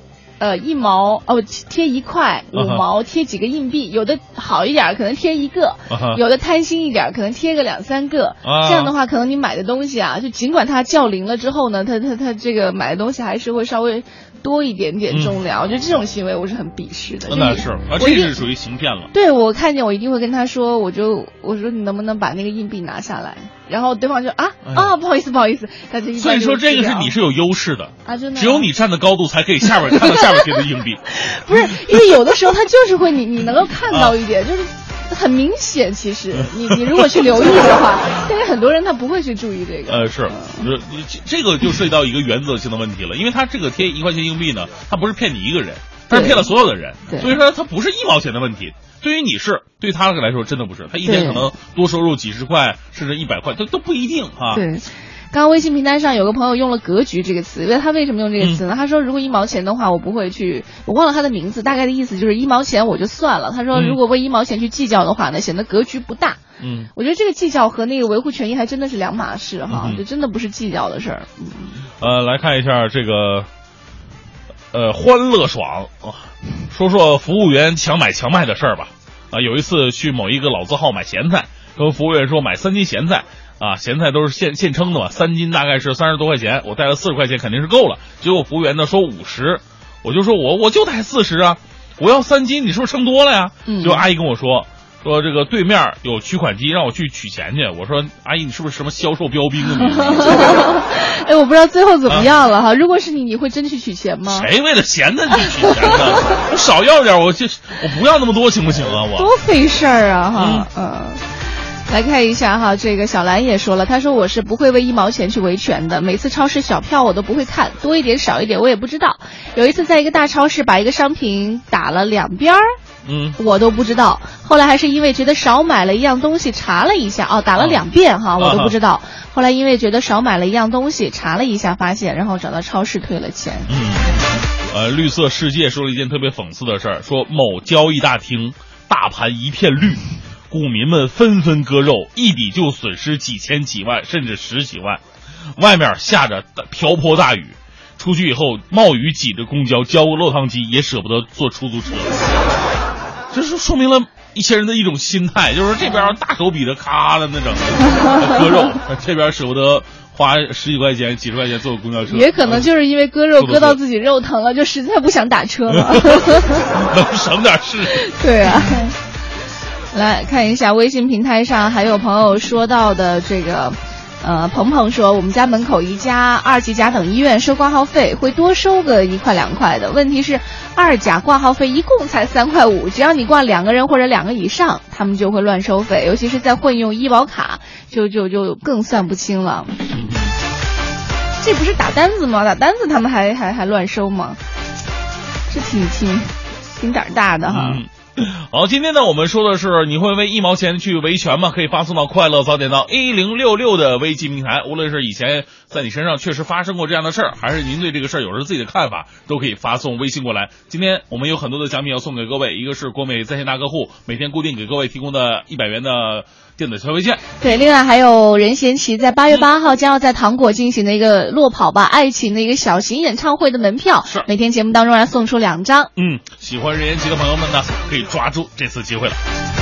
1毛贴1块5毛贴几个硬币，有的好一点可能贴1个，有的贪心一点可能贴个2、3个，这样的话可能你买的东西啊，就尽管它较零了之后呢，它这个买的东西还是会稍微多一点点重量，我觉得这种行为我是很鄙视的。 那是这是属于行骗了。 对，我看见我一定会跟他说，我说你能不能把那个硬币拿下来？然后对方就不好意思，他就所以说这个是你是有优势的啊，真的， 只有你站的高度才可以看到下边贴的硬币。 不是，因为有的时候他就是会你能够看到一点，就是很明显。其实你如果去留意的话，但是很多人他不会去注意这个。 这个就涉及到一个原则性的问题了，因为他这个贴1块钱硬币呢，他不是骗你一个人，他是骗了所有的人，所以说他不是1毛钱的问题。对于你是，对于他来说真的不是，他一天可能多收入几十块甚至100块都不一定啊。 对。刚刚微信平台上有个朋友用了格局这个词，他为什么用这个词呢？他说如果1毛钱的话我不会去，我忘了他的名字，大概的意思就是1毛钱我就算了。他说如果为1毛钱去计较的话呢，显得格局不大。我觉得这个计较和那个维护权益还真的是两码事哈，这真的不是计较的事儿。 来看一下这个欢乐爽说说服务员强买强卖的事儿吧。有一次去某一个老字号买咸菜，跟服务员说买3斤咸菜咸菜都是现称的嘛，3斤大概是30多块钱，我带了40块钱肯定是够了。结果服务员呢说50，我就说我就带40啊，我要3斤，你是不是称多了呀？结果阿姨跟我说这个对面有取款机，让我去取钱去。我说阿姨，你是不是什么销售标兵啊你？我不知道最后怎么样了哈。如果是你会真去取钱吗？ 谁为了闲的去取钱呢？我少要点，我不要那么多行不行啊？我多费事儿啊哈。来看一下哈，这个小兰也说了，她说我是不会为1毛钱去维权的，每次超市小票我都不会看，多一点少一点我也不知道。有一次在一个大超市把一个商品打了2边我都不知道，后来还是因为觉得少买了一样东西查了一下打了2遍哈，我都不知道。后来因为觉得少买了一样东西查了一下发现，然后找到超市退了钱。 绿色世界说了一件特别讽刺的事儿，说某交易大厅大盘一片绿，股民们纷纷割肉，一笔就损失几千几万甚至10几万。外面下着瓢泼大雨，出去以后冒雨挤着公交交落汤鸡，也舍不得坐出租车。这是说明了一些人的一种心态，就是这边大手笔的咔了那整割肉，这边舍不得花10几块钱几十块钱坐公交车。 也可能就是因为割肉割到自己肉疼了，就实在不想打车了。 能省点事。 对啊。来看一下微信平台上还有朋友说到的这个鹏鹏说我们家门口一家2级甲等医院收挂号费会多收个1块2块的，问题是2甲挂号费一共才3块5，只要你挂2个人或者2个以上他们就会乱收费，尤其是在混用医保卡就更算不清了。这不是打单子吗？打单子他们还乱收吗？这挺胆大的哈。 好，今天呢我们说的是你会为1毛钱去维权吗？可以发送到快乐早点到 A066 的微信平台，无论是以前在你身上确实发生过这样的事儿，还是您对这个事儿有着自己的看法，都可以发送微信过来。今天我们有很多的奖品要送给各位，一个是国美在线大客户每天固定给各位提供的100元的电子消费券。对， 另外还有任贤齐在8月8号将要在糖果进行的一个落跑吧爱情的一个小型演唱会的门票，是每天节目当中要送出2张。 喜欢任贤齐的朋友们呢，可以抓住这次机会了。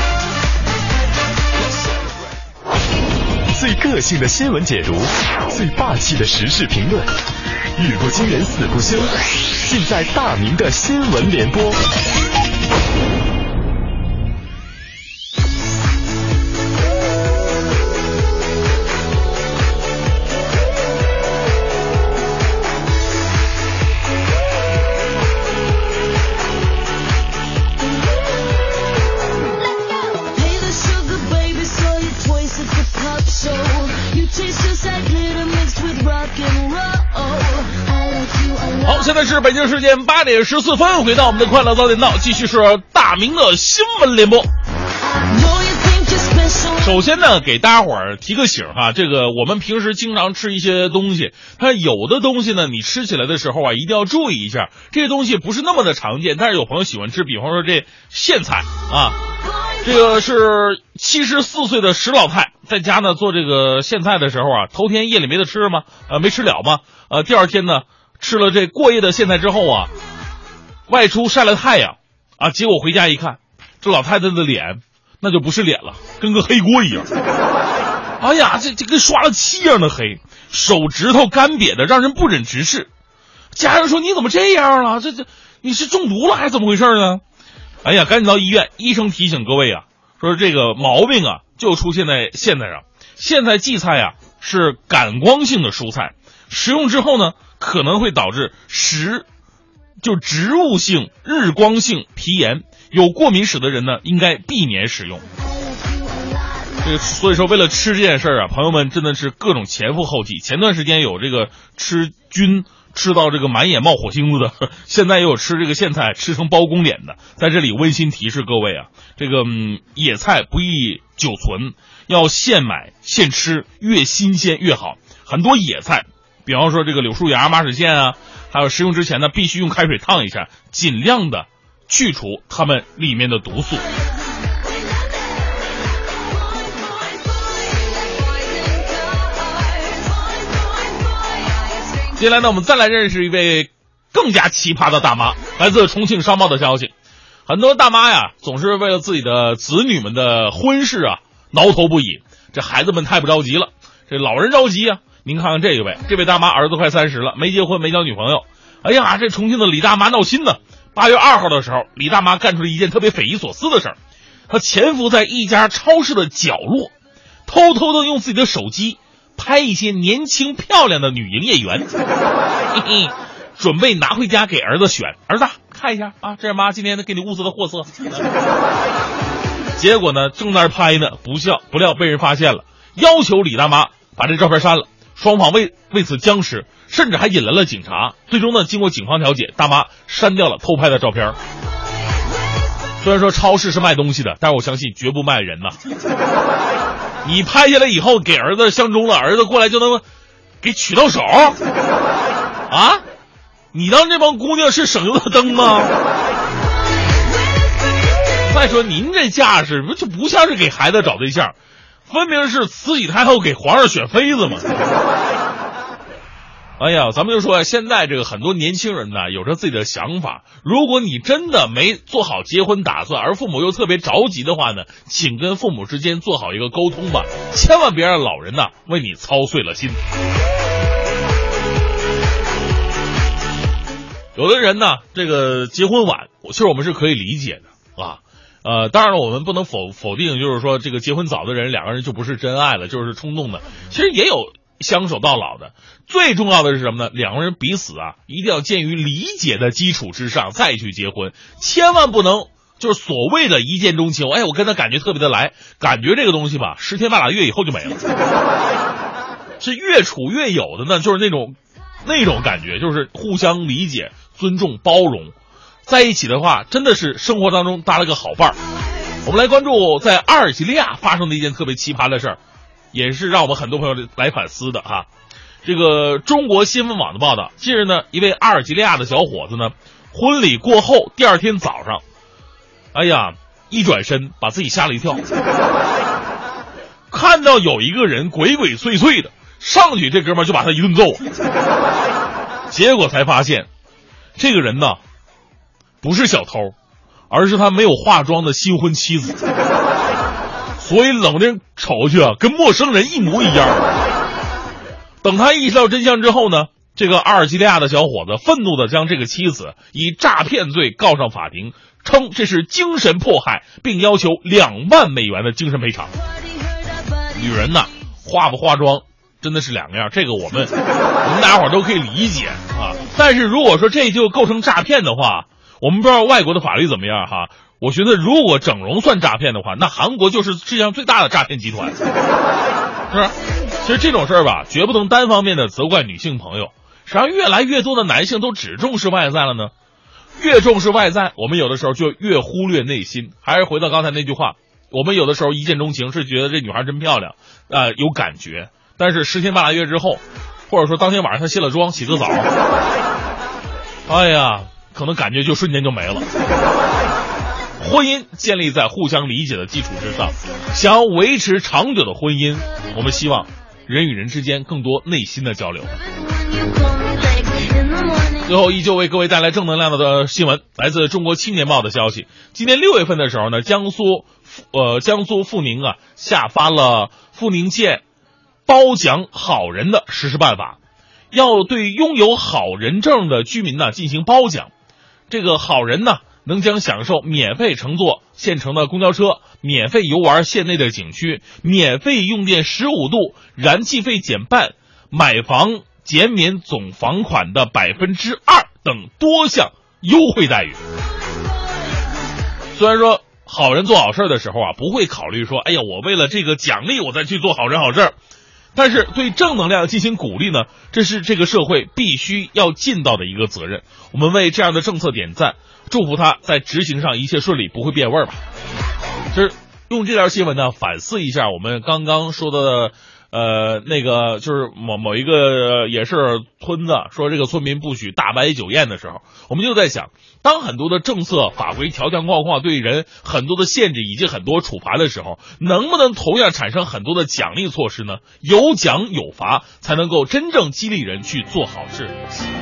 最个性的新闻解读，最霸气的时事评论，语不惊人死不休，尽在大明的新闻联播。 好，现在是北京时间8点14分，回到我们的快乐早点到，继续是大明的新闻联播。首先呢，给大家伙儿提个醒哈，这个我们平时经常吃一些东西，它有的东西呢，你吃起来的时候啊，一定要注意一下，这些东西不是那么的常见，但是有朋友喜欢吃，比方说这苋菜啊，这个是74岁的石老太在家呢做这个苋菜的时候啊，头天夜里没得吃吗？没吃了吗？第二天呢吃了这过夜的苋菜之后啊， 外出晒了太阳啊，结果回家一看，这老太太的脸那就不是脸了，跟个黑锅一样。哎呀，这跟刷了漆一样的黑，手指头干瘪的让人不忍直视。家人说你怎么这样了？这你是中毒了还是怎么回事呢？哎呀，赶紧到医院，医生提醒各位啊，说这个毛病啊就出现在苋菜上。苋菜荠菜啊是感光性的蔬菜，食用之后呢可能会导致植物性日光性皮炎，有过敏史的人呢应该避免使用。所以说为了吃这件事啊，朋友们真的是各种前赴后继。前段时间有这个吃菌吃到这个满眼冒火星子的，现在也有吃这个苋菜吃成包公脸的。在这里温馨提示各位啊，这个野菜不宜久存，要现买现吃，越新鲜越好。很多野菜比方说这个柳树芽、马齿苋啊，还有食用之前呢必须用开水烫一下，尽量的去除它们里面的毒素。接下来呢，我们再来认识一位更加奇葩的大妈。来自重庆商报的消息，很多大妈呀总是为了自己的子女们的婚事啊挠头不已，这孩子们太不着急了，这老人着急啊。您看看这位大妈儿子快30了，没结婚没交女朋友。哎呀，这重庆的李大妈闹心呢。8月2号的时候，李大妈干出了一件特别匪夷所思的事儿。她潜伏在一家超市的角落，偷偷的用自己的手机拍一些年轻漂亮的女营业员，准备拿回家给儿子选。儿子看一下啊，这是妈今天给你物色的货色。结果呢，正在那拍呢，不料被人发现了，要求李大妈把这照片删了。双方为此僵持，甚至还引来了警察。最终呢，经过警方调解，大妈删掉了偷拍的照片。虽然说超市是卖东西的，但是我相信绝不卖人呐。你拍下来以后给儿子相中了，儿子过来就能给娶到手啊？你当这帮姑娘是省油的灯吗？再说您这架势就不像是给孩子找对象，分明是慈禧太后给皇上选妃子嘛。哎呀，咱们就说现在这个很多年轻人呢有着自己的想法，如果你真的没做好结婚打算，而父母又特别着急的话呢，请跟父母之间做好一个沟通吧，千万别让老人呢为你操碎了心。有的人呢这个结婚晚，其实我们是可以理解的啊。当然了，我们不能否定，就是说这个结婚早的人，两个人就不是真爱了，就是冲动的。其实也有相守到老的。最重要的是什么呢？两个人彼此啊，一定要建于理解的基础之上再去结婚，千万不能就是所谓的一见钟情。哎，我跟他感觉特别的来，感觉这个东西吧，10天半拉月以后就没了。是越处越有的呢，就是那种感觉，就是互相理解、尊重、包容。在一起的话，真的是生活当中搭了个好伴儿。我们来关注在阿尔及利亚发生的一件特别奇葩的事儿，也是让我们很多朋友来反思的哈。这个中国新闻网的报道，近日呢，一位阿尔及利亚的小伙子呢，婚礼过后第2天早上，哎呀，一转身把自己吓了一跳，看到有一个人鬼鬼祟祟的上去，这哥们儿就把他一顿揍，结果才发现这个人呢不是小偷，而是他没有化妆的新婚妻子，所以冷不丁瞅去啊，跟陌生人一模一样。等他意识到真相之后呢，这个阿尔及利亚的小伙子愤怒地将这个妻子以诈骗罪告上法庭，称这是精神迫害，并要求2万美元的精神赔偿。女人呢，化不化妆真的是两个样，这个我们大伙都可以理解啊。但是如果说这就构成诈骗的话，我们不知道外国的法律怎么样哈。我觉得如果整容算诈骗的话，那韩国就是世界上最大的诈骗集团，是吧？其实这种事儿吧，绝不能单方面的责怪女性朋友。实际上，越来越多的男性都只重视外在了呢。越重视外在，我们有的时候就越忽略内心。还是回到刚才那句话，我们有的时候一见钟情是觉得这女孩真漂亮，有感觉。但是10天半拉月之后，或者说当天晚上她卸了妆、洗个澡，哎呀，可能感觉就瞬间就没了。婚姻建立在互相理解的基础之上，想要维持长久的婚姻，我们希望人与人之间更多内心的交流。 最后依旧为各位带来正能量的新闻，来自中国青年报的消息。今年6月份的时候呢，江苏阜宁下发了阜宁县褒奖好人的实施办法，要对拥有好人证的居民进行褒奖。这个好人能将享受免费乘坐县城的公交车，免费游玩县内的景区，免费用电15度，燃气费减半，买房减免总房款的2%等多项优惠待遇。虽然说好人做好事的时候不会考虑说，哎呀，我为了这个奖励我再去做好人好事，但是对正能量进行鼓励呢，这是这个社会必须要尽到的一个责任。我们为这样的政策点赞，祝福他在执行上一切顺利，不会变味吧。就是用这条新闻反思一下我们刚刚说的那个就是某一个也是村子说这个村民不许大摆酒宴的时候，我们就在想，当很多的政策法规条条框框对人很多的限制以及很多处罚的时候，能不能同样产生很多的奖励措施呢？有奖有罚，才能够真正激励人去做好事。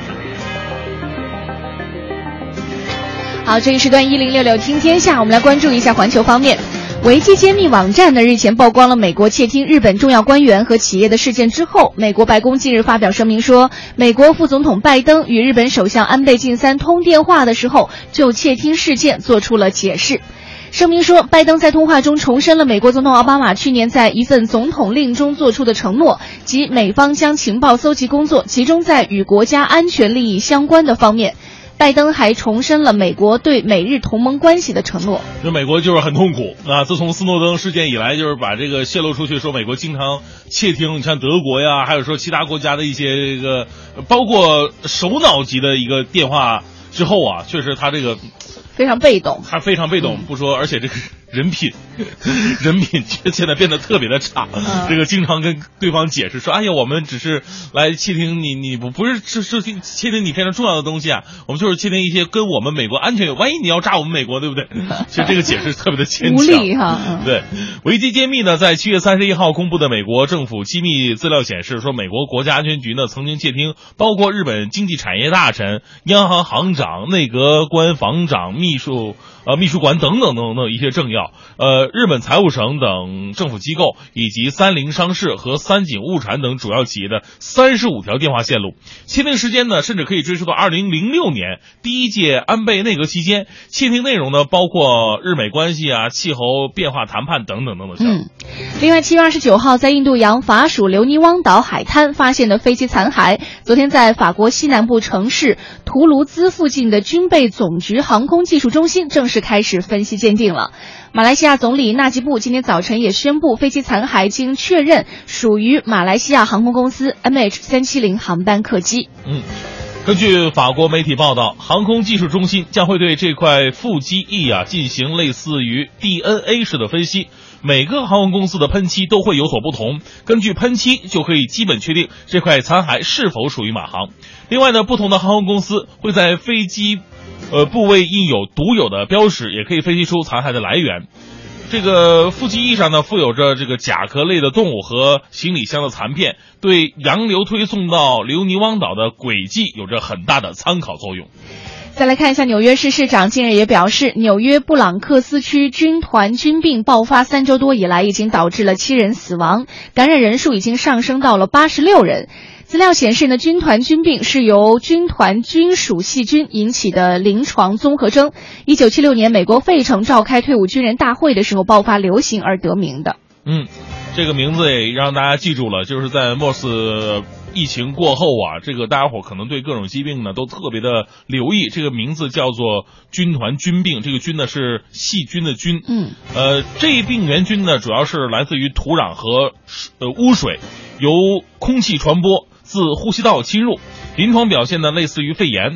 好，这个时段1066听天下，我们来关注一下环球方面。维基揭秘网站日前曝光了美国窃听日本重要官员和企业的事件之后，美国白宫近日发表声明说，美国副总统拜登与日本首相安倍晋三通电话的时候，就窃听事件做出了解释。声明说，拜登在通话中重申了美国总统奥巴马去年在一份总统令中做出的承诺，即美方将情报搜集工作集中在与国家安全利益相关的方面。拜登还重申了美国对美日同盟关系的承诺。 就美国就是很痛苦自从斯诺登事件以来，就是把这个泄露出去，说美国经常窃听，你像德国呀，还有说其他国家的一些这个包括首脑级的一个电话之后确实他这个非常被动， 他非常被动不说，而且这个人品现在变得特别的差。这个经常跟对方解释说，哎呀，我们只是来窃听你不是窃听你非常重要的东西我们就是窃听一些跟我们美国安全有，万一你要炸我们美国，对不对？其实这个解释特别的牵强， 无力对，维基揭秘在7月31号公布的美国政府机密资料显示，说美国国家安全局曾经窃听包括日本经济产业大臣、央行行长、内阁官房长、秘书馆等等一些政要，日本财务省等政府机构以及三菱商事和三井物产等主要企业的35条电话线路。窃听时间甚至可以追溯到2006年第一届安倍内阁期间。窃听内容包括日美关系气候变化谈判等等项目。 另外7月29号在印度洋法属留尼汪岛海滩发现的飞机残骸，昨天在法国西南部城市图卢兹附近的军备总局航空技术中心正式开始分析鉴定了。马来西亚总理纳吉布今天早晨也宣布，飞机残骸经确认属于马来西亚航空公司 MH370 航班客机。 根据法国媒体报道，航空技术中心将会对这块副机翼进行类似于 DNA 式的分析，每个航空公司的喷漆都会有所不同，根据喷漆就可以基本确定这块残骸是否属于马航。另外不同的航空公司会在飞机部位印有独有的标识，也可以分析出残骸的来源。这个副机翼上附有着这个甲壳类的动物和行李箱的残片，对洋流推送到留尼汪岛的轨迹有着很大的参考作用。 再来看一下纽约市市长近日也表示，纽约布朗克斯区军团军病爆发3周多以来，已经导致了7人死亡，感染人数已经上升到了86人。资料显示军团军病是由军团菌属细菌引起的临床综合征，1976年美国费城召开退伍军人大会的时候爆发流行而得名的。 这个名字也让大家记住了，就是在MERS疫情过后这个大家伙可能对各种疾病都特别的留意。这个名字叫做军团菌病，这个菌是细菌的菌。这一病原菌主要是来自于土壤和污水，由空气传播，自呼吸道侵入，临床表现类似于肺炎。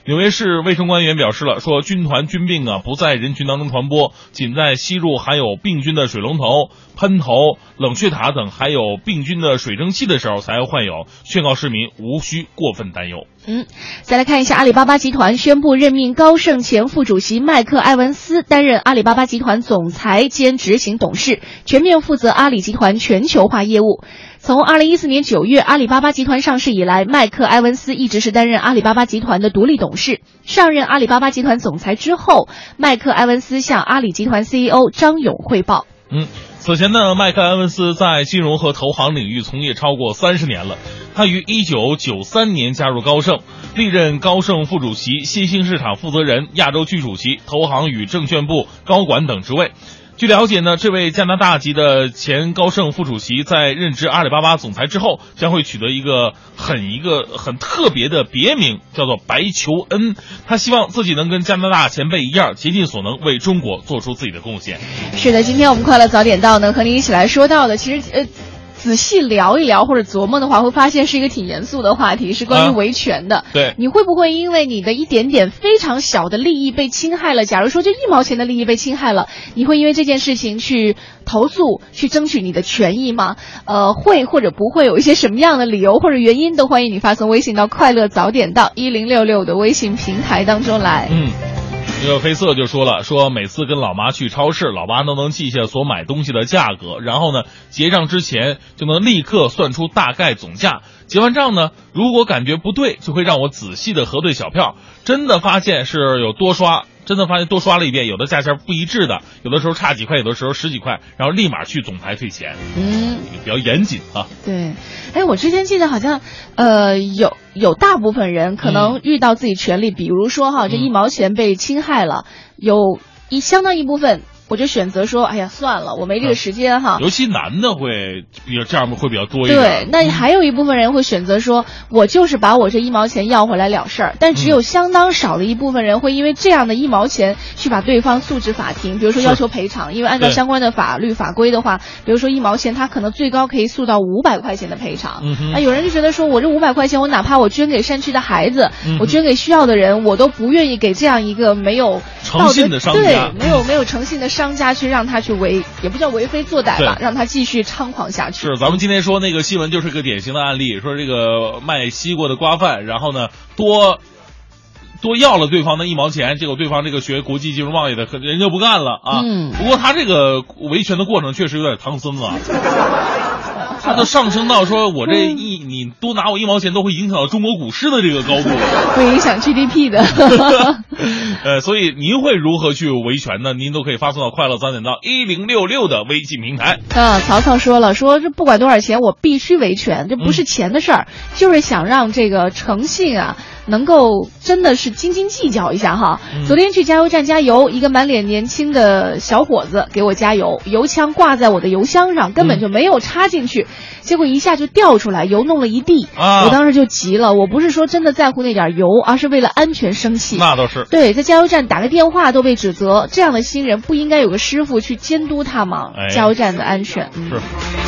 纽约市卫生官员表示了，说军团菌病不在人群当中传播，仅在吸入含有病菌的水龙头、喷头、冷却塔等含有病菌的水蒸气的时候才会患有，劝告市民无需过分担忧。 再来看一下，阿里巴巴集团宣布任命高盛前副主席麦克·埃文斯担任阿里巴巴集团总裁兼执行董事，全面负责阿里集团全球化业务。从2014年9月阿里巴巴集团上市以来，麦克·埃文斯一直是担任阿里巴巴集团的独立董事。上任阿里巴巴集团总裁之后，麦克·埃文斯向阿里集团 CEO 张勇汇报。 此前呢，麦克·埃文斯在金融和投行领域从业超过30年了。他于1993年加入高盛，历任高盛副主席、新兴市场负责人、亚洲区主席、投行与证券部高管等职位。据了解呢，这位加拿大籍的前高盛副主席在任职阿里巴巴总裁之后，将会取得一个很特别的别名，叫做白求恩。他希望自己能跟加拿大前辈一样，竭尽所能为中国做出自己的贡献。 是的，今天我们快乐早点到呢，和您一起来说到的，其实仔细聊一聊或者琢磨的话，会发现是一个挺严肃的话题，是关于维权的。 对， 你会不会因为你的一点点非常小的利益被侵害了，假如说就1毛钱的利益被侵害了，你会因为这件事情去投诉，去争取你的权益吗？会或者不会有一些什么样的理由或者原因，都欢迎你发送微信到快乐早点到1066的微信平台当中来。 这个飞色就说了，说每次跟老妈去超市，老妈都能记下所买东西的价格，然后呢结账之前就能立刻算出大概总价。结完账呢，如果感觉不对，就会让我仔细的核对小票，真的发现多刷了一遍，有的价钱不一致的，有的时候差几块，有的时候10几块，然后立马去总台退钱。比较严谨啊。 对，我之前记得好像有大部分人可能遇到自己权利，比如说这1毛钱被侵害了，有相当一部分我就选择说，哎呀，算了，我没这个时间尤其男的会这样会比较多一点。 对，那还有一部分人会选择说，我就是把我这1毛钱要回来了事儿。但只有相当少的一部分人会因为这样的1毛钱去把对方诉至法庭，比如说要求赔偿。因为按照相关的法律法规的话，比如说1毛钱，他可能最高可以诉到500块钱的赔偿。那有人就觉得说，我这500块钱，我哪怕我捐给山区的孩子，我捐给需要的人，我都不愿意给这样一个没有诚信的商家， 对，没有诚信的商家去让他去也不叫为非作歹吧，让他继续猖狂下去。 是，咱们今天说那个新闻就是个典型的案例，说这个卖西瓜的瓜贩，然后呢多要了对方的1毛钱，结果对方这个学国际金融贸易的人就不干了啊。不过他这个维权的过程确实有点唐僧啊。他都上升到说我你多拿我1毛钱都会影响到中国股市的这个高度， 会影响 GDP 的。 所以您会如何去维权呢？您都可以发送到快乐早点到1066的微信平台。 曹操说了，说这不管多少钱我必须维权，这不是钱的事儿，就是想让这个诚信能够真的是斤斤计较一下哈。昨天去加油站加油，一个满脸年轻的小伙子给我加油，油枪挂在我的油箱上，根本就没有插进去，结果一下就掉出来，油弄了一地。我当时就急了，我不是说真的在乎那点油，而是为了安全生气。 那倒是。对， 在加油站打个电话都被指责，这样的新人不应该有个师傅去监督他吗？加油站的安全。 是。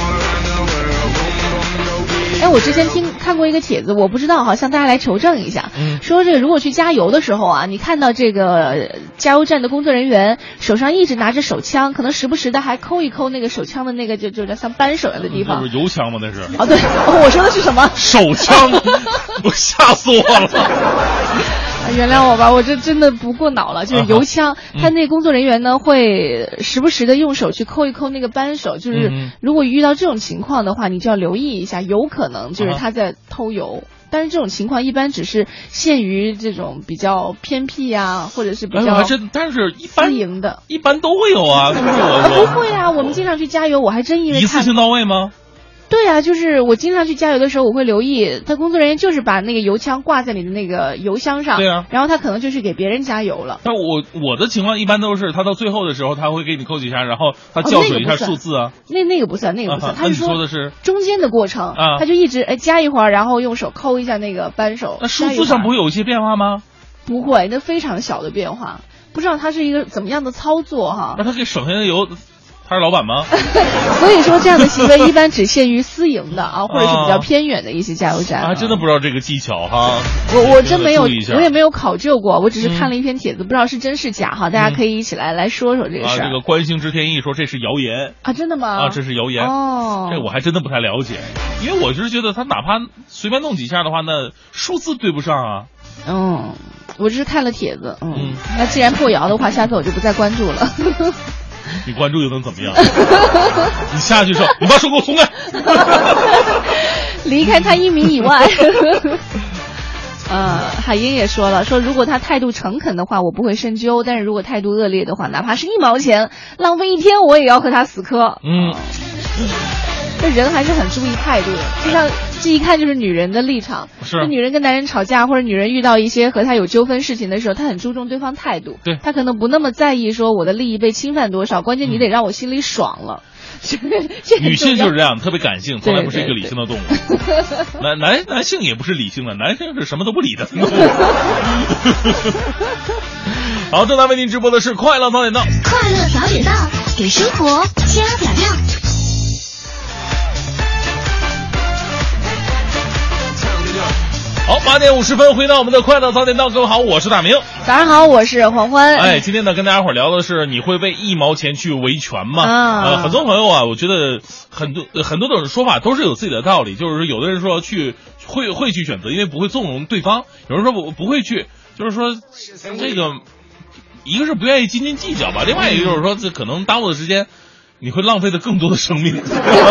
我之前看过一个帖子，我不知道，向大家来求证一下。说这个如果去加油的时候你看到这个加油站的工作人员手上一直拿着手枪，可能时不时的还抠一抠那个手枪的那个就像扳手的地方。 这不是油枪吗？那是。 对，我说的是什么？ 手枪，我吓死我了。 原谅我吧，我这真的不过脑了，就是油枪。他那工作人员呢会时不时的用手去抠一抠那个扳手，就是如果遇到这种情况的话，你就要留意一下，有可能就是他在偷油。但是这种情况一般只是限于这种比较偏僻或者是比较但是私营的， 一般都会有啊。 不会我们经常去加油，我还真因为一次性到位吗？ 对啊，就是我经常去加油的时候，我会留意他工作人员就是把那个油枪挂在你的那个油箱上， 对啊， 然后他可能就是给别人加油了。 但我的情况一般都是他到最后的时候他会给你扣几下，然后他校准一下数字那个不算，他是说的是中间的过程他就一直加一会儿，然后用手抠一下那个扳手。 那数字上不会有一些变化吗？ 不会，那非常小的变化，不知道他是一个怎么样的操作那他给省下的油他是老板吗？ 所以说这样的行为一般只限于私营的啊，或者是比较偏远的一些加油站。 啊，真的不知道这个技巧哈。 我真没有，我也没有考究过，我只是看了一篇帖子，不知道是真是假哈。大家可以一起来说说这个事儿。 这个观星知天意说这是谣言啊，真的吗？ 啊，这是谣言哦，这我还真的不太了解，因为我是觉得他哪怕随便弄几下的话，那数字对不上啊。 我只是看了帖子，那既然破谣的话，下次我就不再关注了。 你关注又能怎么样？你下去说，你把手给我松开， 离开他1米以外。海英也说了，说如果他态度诚恳的话，我不会深究；但是如果态度恶劣的话，哪怕是1毛钱，浪费1天，我也要和他死磕。这人还是很注意态度的，就像这一看就是女人的立场。是，女人跟男人吵架，或者女人遇到一些和她有纠纷事情的时候，她很注重对方态度。对，她可能不那么在意说我的利益被侵犯多少，关键你得让我心里爽了。 女性就是这样，特别感性，从来不是一个理性的动物。男性也不是理性的，男性是什么都不理的。好，正在为您直播的是快乐早点到， 快乐早点到，给生活加点料。 好，8点50分，回到我们的快乐早点到，各位好，我是大明。 早上好，我是黄欢。 今天呢，跟大家伙聊的是你会为1毛钱去维权吗？很多朋友啊，我觉得很多种说法都是有自己的道理，就是说有的人说会去选择，因为不会纵容对方；有人说不会去，就是说这个一个是不愿意斤斤计较吧，另外一个就是说这可能耽误的时间，你会浪费的更多的生命。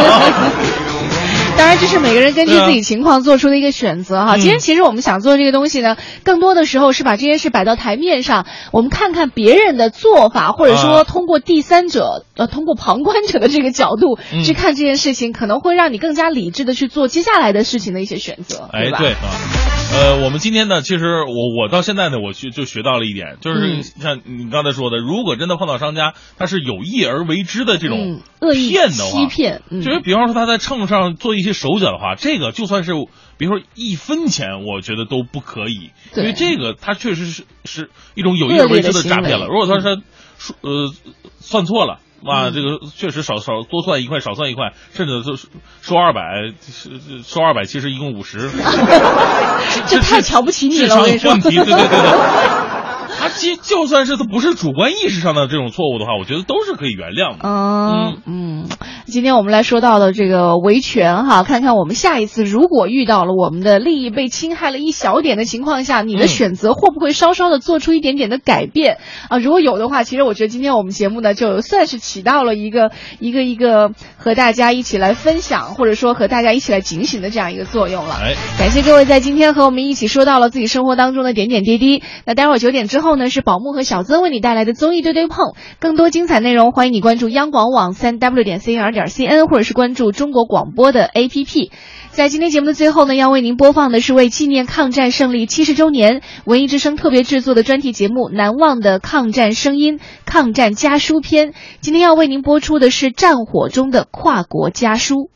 当然这是每个人根据自己情况做出的一个选择哈。今天其实我们想做这个东西呢，更多的时候是把这件事摆到台面上，我们看看别人的做法，或者说通过第三者通过旁观者的这个角度去看这件事情，可能会让你更加理智的去做接下来的事情的一些选择，对吧？ 对啊。我们今天呢，其实我到现在呢，我就学到了一点，就是像你刚才说的，如果真的碰到商家他是有意而为之的这种恶意骗的话， 欺骗， 就是比方说他在秤上做一些手脚的话，这个就算是比如说1分钱，我觉得都不可以，因为这个它确实是一种有意而为之的诈骗了。如果他是算错了。这个确实少多算1块，少算1块，甚至收200，收200，其实一共50。 这太瞧不起你了，我跟你说。 问题，对。他就算是他不是主观意识上的这种错误的话，我觉得都是可以原谅的。 今天我们来说到的这个维权哈，看看我们下一次如果遇到了我们的利益被侵害了一小点的情况下，你的选择会不会稍稍的做出一点点的改变啊？如果有的话，其实我觉得今天我们节目呢，就算是起到了一个和大家一起来分享，或者说和大家一起来警醒的这样一个作用了。感谢各位在今天和我们一起说到了自己生活当中的点点滴滴。那待会儿9点之后呢，是宝木和小曾为你带来的综艺对对碰，更多精彩内容欢迎你关注央广网3w.cr.cn 或者是关注中国广播的 APP。 在今天节目的最后呢，要为您播放的是为纪念抗战胜利70周年文艺之声特别制作的专题节目《难忘的抗战声音》抗战家书篇。今天要为您播出的是战火中的跨国家书。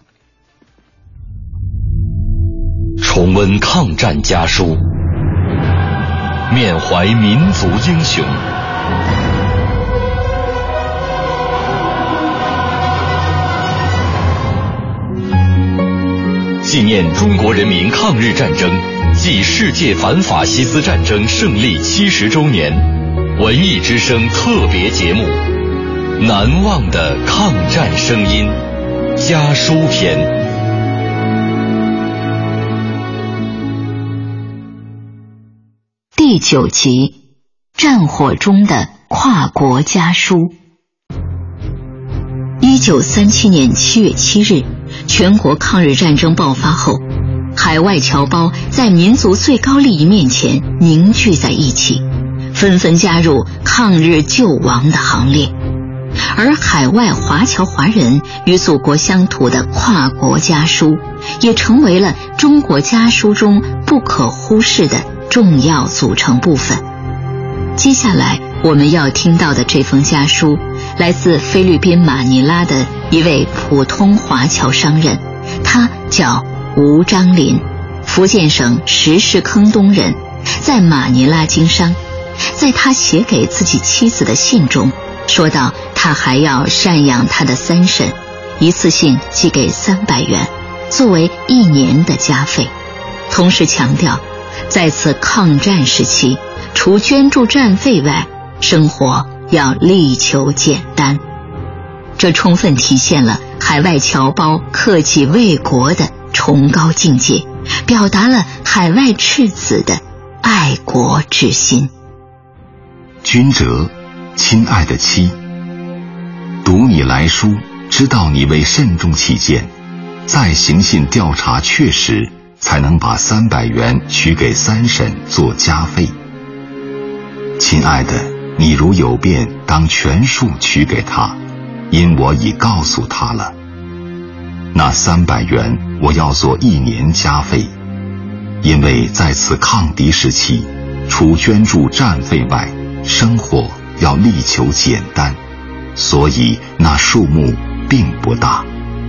重温抗战家书，缅怀民族英雄，纪念中国人民抗日战争暨世界反法西斯战争胜利70周年文艺之声特别节目《难忘的抗战声音》家书篇。 第9集，战火中的跨国家书。1937年7月7日，全国抗日战争爆发后，海外侨胞在民族最高利益面前凝聚在一起，纷纷加入抗日救亡的行列。而海外华侨华人与祖国乡土的跨国家书，也成为了中国家书中不可忽视的重要组成部分。接下来我们要听到的这封家书，来自菲律宾马尼拉的一位普通华侨商人，他叫吴章林，福建省石狮坑东人，在马尼拉经商。在他写给自己妻子的信中， 说道他还要赡养他的3婶，一次性寄给300元，作为1年的家费。同时强调，在此抗战时期，除捐助战费外，生活要力求简单。这充分体现了海外侨胞克己为国的崇高境界，表达了海外赤子的爱国之心。 君哲，亲爱的妻，读你来书，知道你为慎重起见，再行信调查确实，才能把300元取给3婶做家费。亲爱的，你如有变，当全数取给他，因我已告诉他了。那300元我要做1年家费，因为在此抗敌时期，除捐助战费外，生活要力求简单，所以那数目并不大。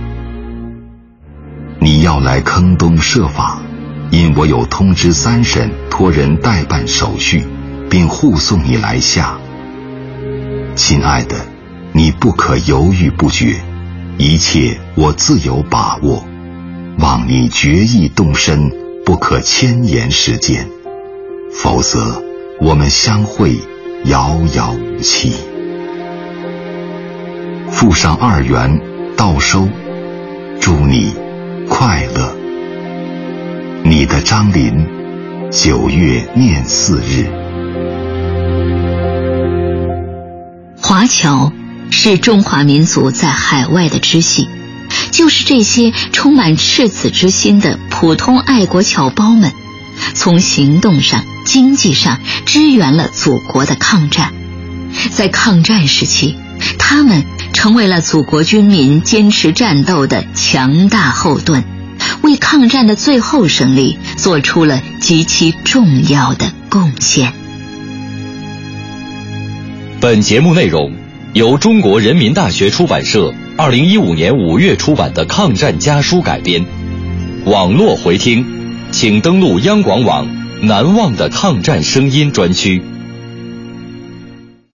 你要来坑东设法，因我有通知3婶托人代办手续，并护送你来下。亲爱的，你不可犹豫不决，一切我自有把握，望你决意动身，不可迁延时间，否则我们相会遥遥无期。附上2元到收，祝你快乐。你的张林，9月念4日。 华侨是中华民族在海外的支系，就是这些充满赤子之心的普通爱国侨胞们，从行动上、经济上支援了祖国的抗战。在抗战时期，他们成为了祖国军民坚持战斗的强大后盾，为抗战的最后胜利做出了极其重要的贡献。 本节目内容由中国人民大学出版社2015年5月出版的抗战家书改编。网络回听，请登录央广网难忘的抗战声音专区。